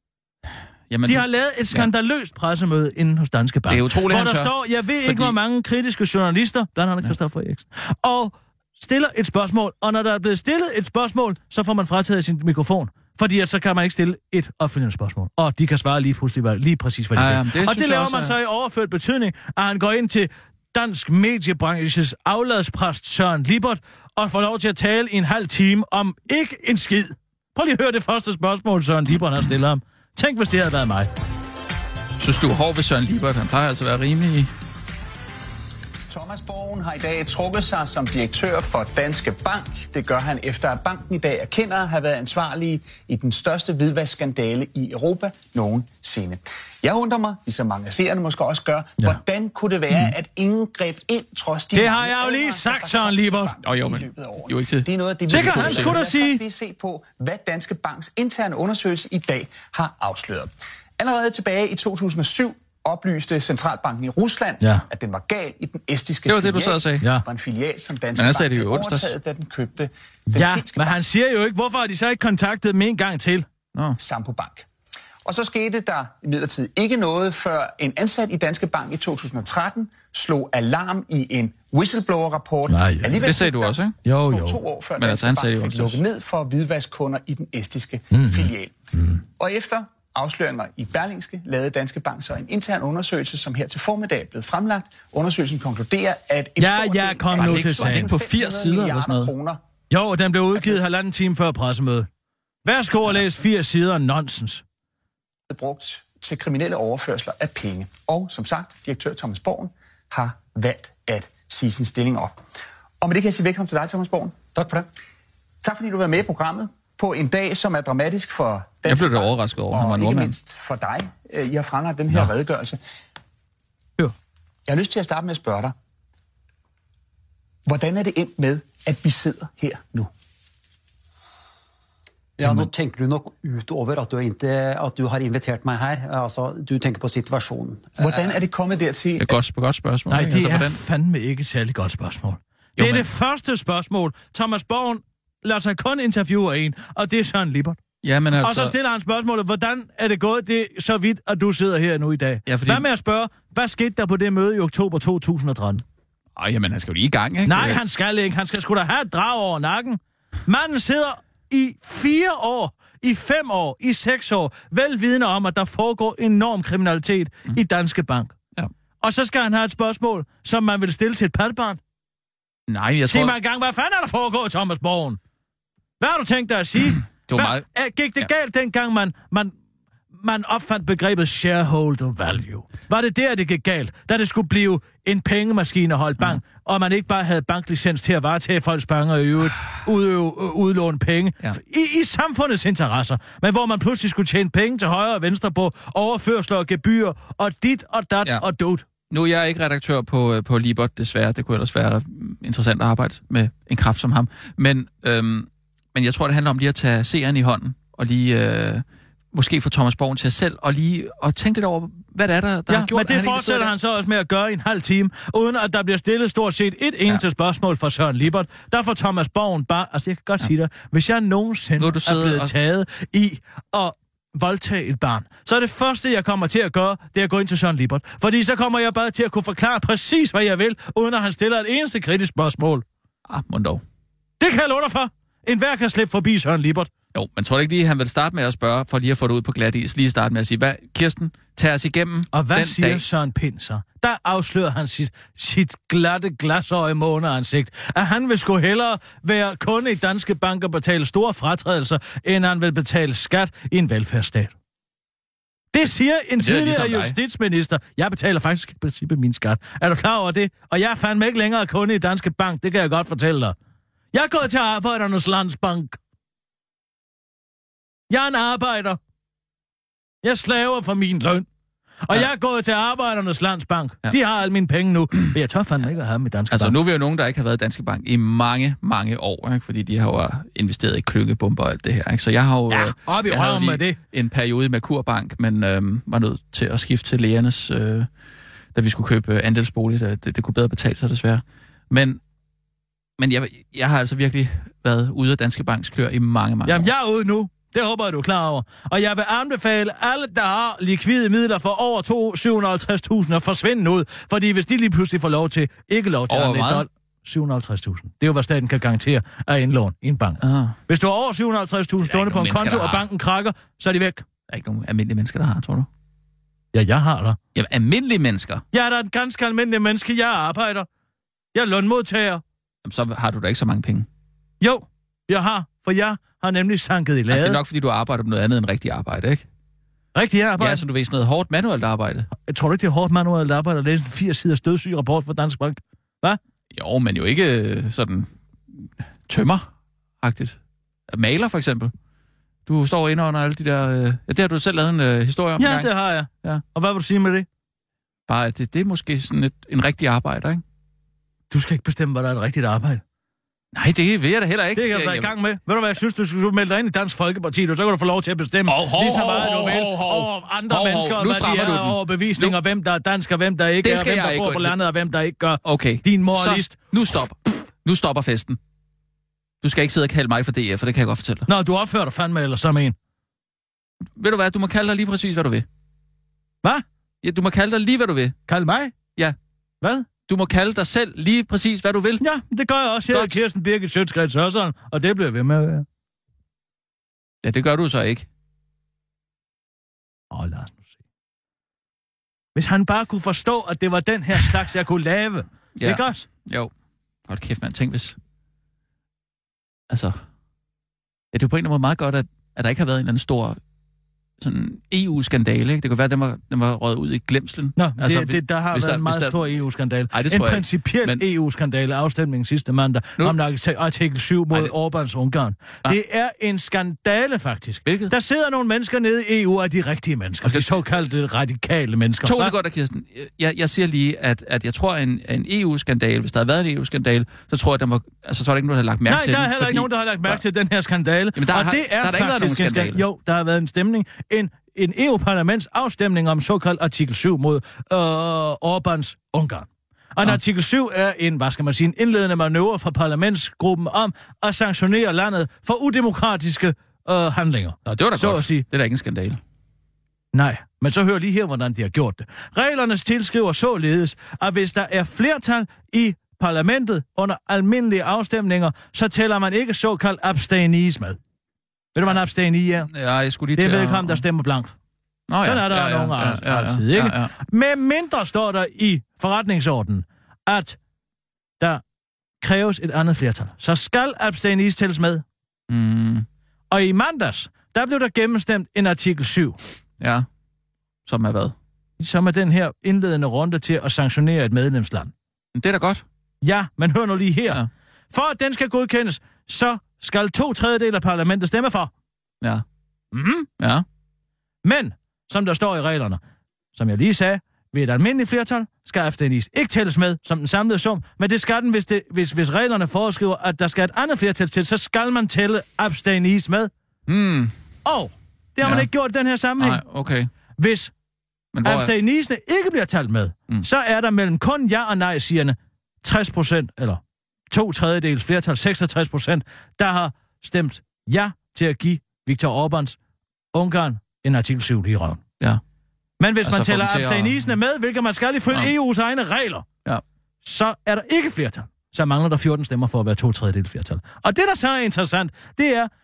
Jamen, de har lavet et skandaløst pressemøde inde hos Danske Bank. Det er utroligt, hvor der tør. står, jeg ved fordi... ikke, hvor mange kritiske journalister, blandt andet Christoffer Eriksen, og stiller et spørgsmål. Og når der er blevet stillet et spørgsmål, så får man frataget sin mikrofon. Fordi at så kan man ikke stille et opfølgende spørgsmål. Og de kan svare lige pludselig, lige præcis, hvad de ja, vil. Og det laver man så i overført betydning, at han går ind til dansk mediebranches afladspræst Søren Libert og får lov til at tale i en halv time om ikke en skid. Prøv lige at høre det første spørgsmål, Søren Libert har stillet ham. Tænk, hvis det havde været mig. Synes du er hård ved Søren Libert? Han plejer altså at være rimelig... Thomas Borgen har i dag trukket sig som direktør for Danske Bank. Det gør han efter, at banken i dag erkender at have været ansvarlige i den største hvidvaskskandale i Europa nogensinde. Jeg undrer mig, ligesom mange af seerne måske også gør, ja. hvordan kunne det være, mm. at ingen greb ind, trods de... Det har jeg jo lige sagt, Søren Libert. Oh, jo, men... Jo, ikke det. Det er noget af det, det kan han sgu da sige. Lad os se på, hvad Danske Banks interne undersøgelse i dag har afsløret. Allerede tilbage i to tusind og syv oplyste centralbanken i Rusland, ja. at den var gal i den estiske filial. Det var det, du sad og sagde. Ja. var en filial, som Danske Bank havde overtaget, da den købte den ja, finske men bank. Han siger jo ikke, hvorfor har de så ikke kontaktet dem en gang til? Nå. Sampo Bank. Og så skete der imidlertid ikke noget, før en ansat i Danske Bank i to tusind og tretten slog alarm i en whistleblower-rapport. Nej, ja. Det sagde du også, ikke? Jo, jo. To år før men Danske altså, Bank fik lukket ned for hvidvaskkunder i den estiske mm. filial. Mm. Og efter afsløringer i Berlingske lavede Danske Bank så en intern undersøgelse, som her til formiddag blev fremlagt. Undersøgelsen konkluderer, at en ja, stor ja, del kom af nu til sagen. På firs sider eller sådan noget. kroner Jo, den blev udgivet halvanden time før pressemødet. Værsgo at læse fire sider nonsens. Brugt til kriminelle overførsler af penge. Og som sagt, direktør Thomas Borgen har valgt at sige sin stilling op. Og med det kan jeg sige velkommen til dig, Thomas Borgen. Tak for det. Tak fordi du var med i programmet på en dag, som er dramatisk for dansk. Jeg blev da overrasket over, han var ikke nordmand. mindst for dig. I har fremlagt den her Nå. redegørelse. Jo. Jeg har lyst til at starte med at spørge dig. Hvordan er det endt med, at vi sidder her nu? Ja, nu tænker du nok ut over, at du, ikke, at du har inviteret mig her. Altså, du tænker på situationen. Hvordan er det kommet dertil? Det er godt, godt spørgsmål. Nej, det altså, er hvordan? fandme ikke et særligt godt spørgsmål. Det Jo, er men... det første spørgsmål. Thomas Borgen lader sig kun interviewe en, og det er Søren Lippert. Ja, men altså... Og så stiller han spørgsmålet, hvordan er det gået det så vidt, at du sidder her nu i dag? Ja, fordi... Hvad med at spørge, hvad skete der på det møde i oktober to tusind og tretten? Ej, jamen, han skal jo lige i gang, ikke? Nej, han skal ikke. Han skal sgu da have et drag over nakken. Manden sidder i fire år, i fem år, i seks år, velvidende om, at der foregår enorm kriminalitet mm. i Danske Bank. Ja. Og så skal han have et spørgsmål, som man vil stille til et patbarn. Nej, jeg Sig tror... mig engang, hvad fanden er der foregået, Thomas Borgen? Hvad har du tænkt dig at sige? Det var Hvad, meget... er, gik det ja. galt dengang, man, man, man opfandt begrebet shareholder value? Var det der, det gik galt? Da det skulle blive en pengemaskine holdt bank, mm. og man ikke bare havde banklicens til at varetage folks banker og i øvrigt udøve, udlåne penge ja. I, i samfundets interesser, men hvor man pludselig skulle tjene penge til højre og venstre på overførsler og gebyrer og dit og dat ja. og dot. Nu er jeg ikke redaktør på, på Libert, desværre. Det kunne ellers være interessant at arbejde med en kraft som ham. Men, øhm, men jeg tror, det handler om lige at tage seeren i hånden, og lige øh, måske få Thomas Borgen til sig selv, og lige og tænke lidt over, hvad det er, der, der ja, har gjort. Men det han fortsætter han så også med at gøre i en halv time, uden at der bliver stillet stort set et eneste ja. spørgsmål fra Søren Lippert. Der får Thomas Borgen bare... Altså, jeg kan godt ja. sige dig, hvis jeg nogensinde er, er blevet og... taget i at voldtage et barn, så er det første, jeg kommer til at gøre, det er at gå ind til Søren Lippert. Fordi så kommer jeg bare til at kunne forklare præcis, hvad jeg vil, uden at han stiller et eneste kritisk spørgsmål. Ah, mon dog. Det kan jeg love dig for. En hver kan slippe forbi Søren Lippert. Jo, men tror du ikke lige, han vil starte med at spørge, for lige at få det ud på glat is, lige starte med at sige, hvad, Kirsten, tag os igennem og hvad den siger dag. Søren Pind så? Der afslører han sit, sit glatte glasøje måneansigt, at han vil sgu hellere være kunde i Danske Bank og betale store fratrædelser, end han vil betale skat i en velfærdsstat. Det siger en tidligere ligesom justitsminister. Jeg betaler faktisk i princippet min skat. Er du klar over det? Og jeg er fandme ikke længere kunde i Danske Bank, det kan jeg godt fortælle dig. Jeg er gået til Arbejdernes Landsbank. Jeg er en arbejder. Jeg slaver for min løn. Og ja. jeg er gået til Arbejdernes Landsbank. Ja. De har alle mine penge nu. Men jeg tør fandme ikke at have dem i Danske altså, Bank. Altså nu er vi jo nogen, der ikke har været i Danske Bank i mange, mange år. Ikke? Fordi de har jo investeret i klyngebomber og alt det her. Ikke? Så jeg har jo... Ja, op i røven med det. En periode i Merkurbank, men øhm, var nødt til at skifte til lægernes... Øh, da vi skulle købe andelsbolig. Det, det, det kunne bedre betale sig desværre. Men... Men jeg, jeg har altså virkelig været ude af Danske Banks klør i mange, mange Jamen, år. jeg er ude nu. Det håber jeg, du er klar over. Og jeg vil anbefale alle, der har likvide midler for over syv hundrede og halvtreds tusind at forsvinde ud. Fordi hvis de lige pludselig får lov til, ikke lov til over at syv hundrede og halvtreds tusind. Det er jo, hvad staten kan garantere af indlån i en bank. Aha. Hvis du har over syv hundrede og halvtreds tusind stående på en konto, og banken krakker, så er de væk. Der er ikke nogen almindelige mennesker, der har, tror du? Ja, jeg har der. Jamen, almindelige mennesker? Jeg er da en ganske almindelig menneske. Jeg arbejder. Jeg er lønmodtager. Jamen, så har du da ikke så mange penge. Jo, jeg har, for jeg har nemlig sanket i lade. Altså, det er nok, fordi du arbejder med noget andet end rigtig arbejde, ikke? Rigtig arbejde? Ja, så du ved sådan noget hårdt manuelt arbejde. Jeg tror du ikke, det er hårdt manuelt arbejde at læse en firs siders dødssyg rapport fra Dansk Bank? Hvad? Jo, men jo ikke sådan tømmeragtigt. Maler, for eksempel. Du står inde under alle de der... Øh... Ja, det har du selv lavet en øh, historie om. Ja, gang. det har jeg. Ja. Og hvad vil du sige med det? Bare, at det, det er måske sådan et, en rigtig arbejder, ikke? Du skal ikke bestemme, hvad der er et rigtigt arbejde. Nej, det vil jeg da heller ikke. Det kan du være i gang med. Ved du hvad, jeg synes, du skulle melde dig ind i Dansk Folkeparti, og så kan du få lov til at bestemme oh, oh, lige så meget, du vil, oh, oh, over andre oh, oh, mennesker, og hvad de er, over bevisninger, nu. Hvem der er dansk, og hvem der ikke er, hvem der bor på landet, og hvem der ikke gør. Okay. Din moralist. Så, nu stop. Nu stopper festen. Du skal ikke sidde og kalde mig for D F, for det kan jeg godt fortælle dig. Nå, du opfører dig fandme eller som en. Ved du hvad, du må kalde dig lige præcis, hvad du vil. Hvad? Ja, du må kalde dig lige, hvad du vil. Kalde mig? Ja. Hvad? Du må kalde dig selv lige præcis, hvad du vil. Ja, det gør jeg også. Jeg hedder Kirsten Birgit Sjøtskreds Hørsholm, og det bliver ved med at være. Ja, det gør du så ikke. Åh, lad os nu se. Hvis han bare kunne forstå, at det var den her slags, jeg kunne lave. Ja. Ikke også? Jo. Hold kæft, mand. Tænk hvis... altså... Ja, det er på en eller anden måde meget godt, at, at der ikke har været en eller anden stor sådan E U-skandale, ikke? Det kunne være, at den var, den var røget ud i glemslen. Nå, altså, det, det, der har hvis været der, en meget der... stor E U-skandale. Ej, en principiel men... E U-skandale afstemning sidste mandag nu... om artikel syv mod Ej, det... Orbáns Ungarn. Ah. Det er en skandale, faktisk. Hvilket? Der sidder nogle mennesker nede i E U, og de rigtige mennesker. Okay. De såkaldte radikale mennesker. To sekunder, Kirsten. Jeg, jeg siger lige, at, at jeg tror, at en, en E U-skandale, hvis der havde været en E U-skandale, så tror jeg, at den var, altså, så var der ikke nogen, der havde lagt mærke Nej, til der er den, heller fordi... ikke nogen, der har lagt mærke til den her skandale. Jamen, der og har, det er der er faktisk en skandale. Jo, der har været en stemning. En en E U-parlaments afstemning om såkaldt artikel syv mod øh, Orbáns Ungarn. Og en ja. artikel syv er en, hvad skal man sige, en indledende manøvre fra parlamentsgruppen om at sanktionere landet for udemokratiske øh, handlinger. Nå, det var da så godt. At sige. Det er da ikke en skandale. Nej, men så hør lige her, hvordan de har gjort det. Reglerne tilskriver således, at hvis der er flertal i parlamentet under almindelige afstemninger, så tæller man ikke såkaldt abstainis med. Ved du, hvad en abstainis er? Ja, jeg skulle lige det er til vedkommende, der stemmer blankt. Nå, ja. Sådan er der ja, ja, nogle ja, ja, ja, altid, ikke? Ja, ja. Med mindre står der i forretningsordenen, at der kræves et andet flertal. Så skal abstainis tælles med. Mm. Og i mandags, der blev der gennemstemt en artikel syv. Ja, som er hvad? Som er den her indledende runde til at sanktionere et medlemsland. Det er da godt. Ja, men hør nu lige her. Ja. For at den skal godkendes, så skal to tredjedel af parlamentet stemme for. Ja. Mhm. Ja. Men, som der står i reglerne, som jeg lige sagde, ved et almindeligt flertal skal abstainis ikke tælles med som den samlede sum, men det skal den, hvis, det, hvis, hvis reglerne foreskriver, at der skal et andet flertal til, så skal man tælle abstainis med. Mm. Og det har ja. man ikke gjort i den her sammenhæng. Nej, okay. Hvis men abstainisene ikke bliver talt med, mm. så er der mellem kun ja og nej-sigerne tres procent, eller to tredjedels flertal, seksogtres procent, der har stemt ja til at give Viktor Orbáns Ungarn en artikel syv lige i røven. Ja. Men hvis altså man tæller abstainisene at... med, hvilket man skal ifølge ja. E U's egne regler, ja. så er der ikke flertal. Så mangler der fjorten stemmer for at være to tredjedels flertal. Og det, der så er interessant, det er,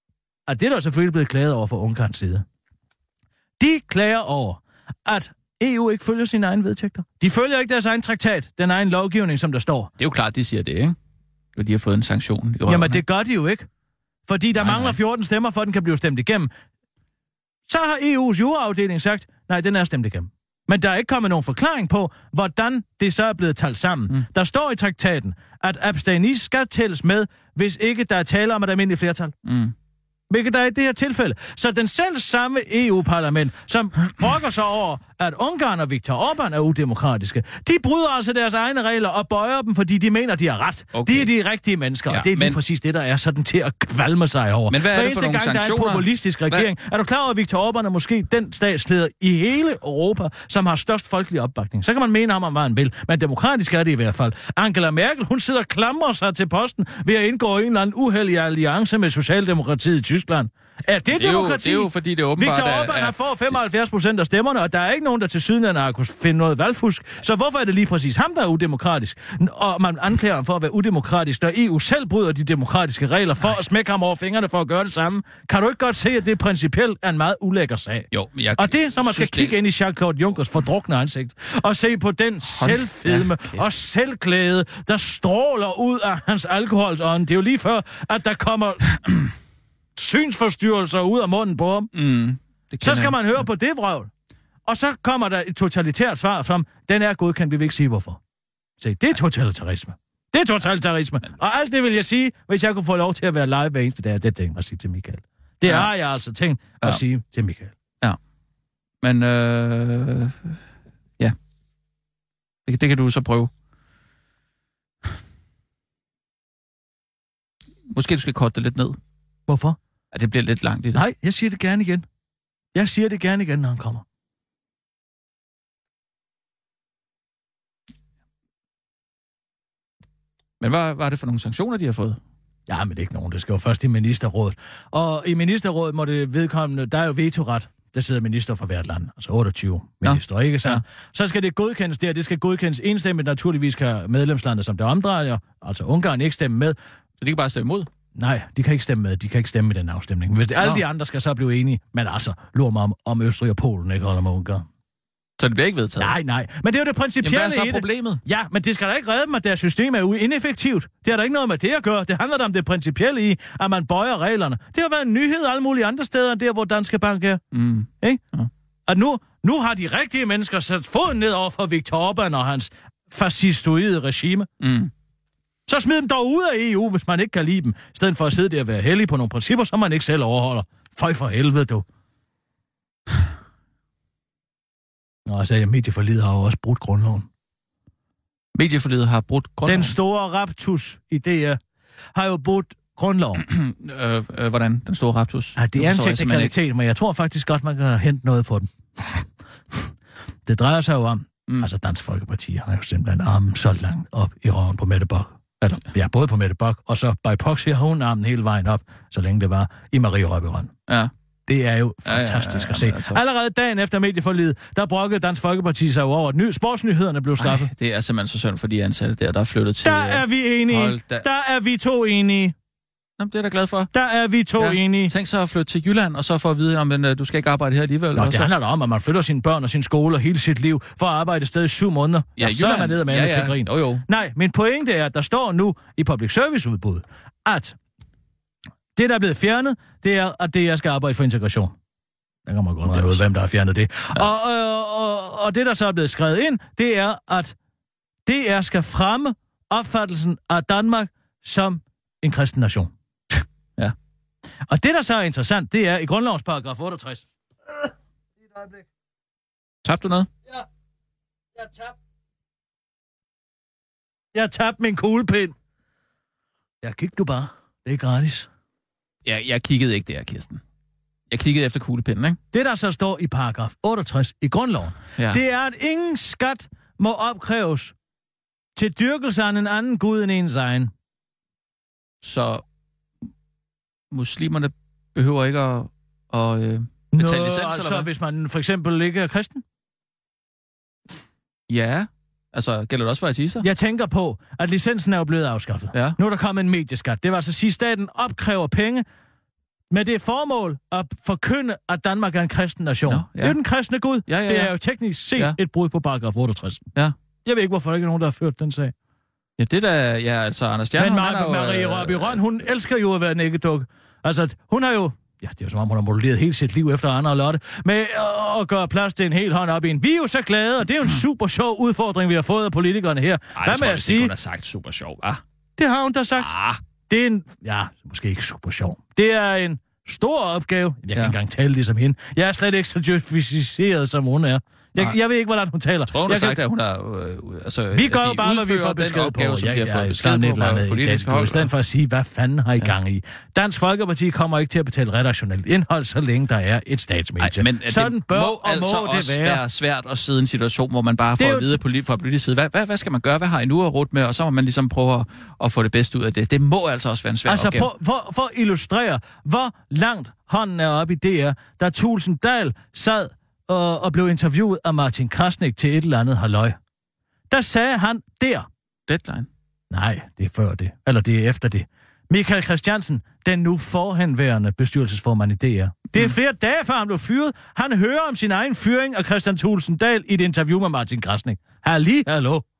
at det der er selvfølgelig blevet klaget over fra Ungarns side. De klager over, at E U ikke følger sine egne vedtægter. De følger ikke deres egen traktat, den egen lovgivning, som der står. Det er jo klart, de siger det, ikke? Og de har fået en sanktion. Jamen, det gør de jo ikke. Fordi der nej, mangler fjorten stemmer, for at den kan blive stemt igennem. Så har E U's juraafdeling sagt, nej, den er stemt igennem. Men der er ikke kommet nogen forklaring på, hvordan det så er blevet talt sammen. Mm. Der står i traktaten, at abstainis skal tælles med, hvis ikke der er tale om et almindeligt flertal. Mm. Hvilket der er i det her tilfælde. Så den selv samme E U-parlament, som brokker sig over, at Ungarn og Viktor Orbán er udemokratiske, de bryder altså deres egne regler og bøjer dem, fordi de mener, de har ret. Okay. De er de rigtige mennesker, ja, og det er lige men... præcis det, der er sådan til at kvalme sig over. Men hvad er det for nogle gang, sanktioner? Der er en populistisk regering. Hvad? Er du klar over, at Viktor Orbán er måske den statsleder i hele Europa, som har størst folkelig opbakning? Så kan man mene ham om, hvad han vil. Men demokratisk er det i hvert fald. Angela Merkel, hun sidder og klamrer sig til posten ved at indgå en eller anden uheldig alliance med Socialdemokratiet i Tyskland. Er det, det er demokrati? Jo, det er jo fordi, det er åbenbart... Viktor Orbán har fået femoghalvfjerds procent af stemmerne, og der er ikke nogen, der til syden har kunnet finde noget valgfusk. Så hvorfor er det lige præcis ham, der er udemokratisk? Og man anklager ham for at være udemokratisk, når E U selv bryder de demokratiske regler for at smække ham over fingrene for at gøre det samme. Kan du ikke godt se, at det principielt er en meget ulækker sag? Jo, jeg og det, når man skal det... kigge ind i Jean-Claude Junckers fordrukne ansigt, og se på den selvfedme ja, og selvglæde, der stråler ud af hans alkoholsånd. Det er jo lige før, at der kommer... synsforstyrrelser ud af munden på ham. Mm, så skal man høre på det vrøvl. Og så kommer der et totalitært svar som, den er godkendt, vi vil ikke sige hvorfor. Se, det er totalitarisme. Det er totalitarisme. Og alt det vil jeg sige, hvis jeg kunne få lov til at være live hver eneste dag. Det tænker jeg at sige til Michael. Det ja. har jeg altså tænkt at ja. sige til Michael. Ja. Men, øh... ja. Det, det kan du så prøve. Måske du skal korte det lidt ned. Hvorfor? Ja, det bliver lidt langt i det. Nej, jeg siger det gerne igen. Jeg siger det gerne igen, når han kommer. Men hvad var det for nogle sanktioner, de har fået? Ja, men det er ikke nogen. Det skal jo først i ministerrådet. Og i ministerrådet må det vedkommende, der er jo vetoret. Der sidder minister fra hvert land, altså otteogtyve minister, ja. ikke så? Ja. Så skal det godkendes der. Det skal godkendes enstemmigt. Naturligvis kan medlemslandet, som der omdrejer, altså Ungarn, ikke stemme med. Så de kan bare stemme imod? Nej, de kan ikke stemme med. De kan ikke stemme i den afstemning. Hvis alle de andre skal så blive enige, men altså, lurer mig om, om Østrig og Polen ikke holder med Ungarn. Så det bliver ikke vedtaget? Nej, nej. Men det er jo det principielle Jamen, hvad er så i det. problemet? Ja, men det skal da ikke redde dem, at deres system er ineffektivt. Det har da ikke noget med det at gøre. Det handler da om det principielle i, at man bøjer reglerne. Det har været en nyhed alle mulige andre steder, end der, hvor Danske Bank er. Mm. Ikke? Ja. At nu, nu har de rigtige mennesker sat foden ned over for Viktor Orbán og hans fascistoide regime. Mm. Så smid dem dog ud af E U, hvis man ikke kan lide dem. I stedet for at sidde der og være heldig på nogle principper, som man ikke selv overholder. Føj for helvede, du. Nå, så jeg, medieforlidet har jo også brudt grundloven. Medieforlidet har brudt grundloven? Den store raptus i D R har jo brudt grundloven. øh, øh, hvordan? Den store raptus? Ja, det er en teknikalitet, men jeg tror faktisk godt, man kan hente noget på den. Det drejer sig jo om, mm. altså Dansk Folkeparti har jo simpelthen armen så langt op i røven på Mette Bock. Eller, ja, både på Mette Bock, og så by proxy har hun armen hele vejen op, så længe det var i Marie Røberøn. Ja. Det er jo fantastisk ja, ja, ja, ja, at se. Altså... Allerede dagen efter medieforliget, der brokkede Dansk Folkeparti sig over, at ny sportsnyhederne blev skaffet. Ej, det er simpelthen så synd for de ansatte der, der er flyttet til... Der er vi enige. Hold, der... der er vi to enige. Nå, det er jeg da glad for. Der er vi to ja. enige. Tænk så at flytte til Jylland, og så få at vide, om uh, du skal ikke arbejde her alligevel. Nå, det handler da om, at man flytter sine børn og sin skole og hele sit liv for at arbejde et sted i syv måneder. Ja, ja så er man nede med ja, ja. til grin. Jo, jo. Nej, min pointe er, at der står nu i public service-udbuddet, at det, der er blevet fjernet, det er, at det, jeg skal arbejde for integration. Der kan man godt regne ud, hvem der har fjernet det. Ja. Og, øh, og, og det, der så er blevet skrevet ind, det er, at D R skal fremme opfattelsen af Danmark som en kristen nation. Ja. Og det, der så er interessant, det er i grundlovens paragraf otteogtres. Øh, et øjeblik. Tabte du noget? Ja, jeg tabte. Jeg tabte min kuglepind. Ja, kig du bare. Det er gratis. Ja, jeg kiggede ikke der, Kirsten. Jeg kiggede efter kuglepinden, ikke? Det, der så står i paragraf otteogtres i grundloven, ja. det er, at ingen skat må opkræves til dyrkelse af en anden gud end ens egen. Så muslimerne behøver ikke at, at øh, betale Nå, licens, altså, eller hvad? Hvis man for eksempel ikke er kristen? Ja, altså gælder det også for ateister? Jeg tænker på, at licensen er jo blevet afskaffet. Ja. Nu er der kommet en medieskat. Det var altså at sige, at staten opkræver penge med det formål at forkynde, at Danmark er en kristen nation. Nå, ja. Det er den kristne Gud. Ja, ja, ja. Det er jo teknisk set ja. et brud på paragraf otteogtres. Ja. Jeg ved ikke, hvorfor der ikke er nogen, der har ført den sag. Ja, det der, ja, altså Anders Stjernholm... Men Mar- Marie øh, Røberøn, hun elsker jo at være nækkeduk. Altså, hun har jo... Ja, det er jo som om, hun har modelleret hele sit liv efter Anna og Lotte, med øh, at gøre plads til en hel hånd op i en. Vi er jo så glade, og det er jo en super sjov udfordring, vi har fået af politikerne her. Ej, hvad med at sige? Hun har sagt super sjov, ah. Det har hun da sagt. Ah. Det er en... Ja, måske ikke super sjov. Det er en stor opgave. Jeg kan ja. ikke engang tale ligesom hende. Jeg er slet ikke så djøfificeret, som hun er. Jeg, jeg ved ikke, hvordan hun taler. Tror du, jeg sagt, kan... at hun er... Øh, altså, vi gør jo bare, hvad vi får besked på. Opgave, ja, ja, sådan et eller andet i i stedet for at sige, hvad fanden har I gang ja. i? Dansk Folkeparti kommer ikke til at betale redaktionelt indhold, så længe der er et statsmedie. Men sådan det bør må og altså må det også være. være svært at sidde i en situation, hvor man bare får jo... at vide fra politisk side, hvad, hvad, hvad skal man gøre? Hvad har I nu at råde med? Og så må man ligesom prøve at, at få det bedste ud af det. Det må altså også være en svær altså, opgave. Altså for, for at illustrere, hvor langt hånden er oppe i D R, da Thulesen Dahl sad og, og blev interviewet af Martin Krasnik til et eller andet halløj. Der sagde han der. Deadline? Nej, det er før det. Eller det er efter det. Michael Christiansen, den nu forhenværende bestyrelsesformand i D R. Det er mm. flere dage før han blev fyret. Han hører om sin egen fyring af Christian Thulesen Dahl i et interview med Martin Krasnik. Halli, hallo.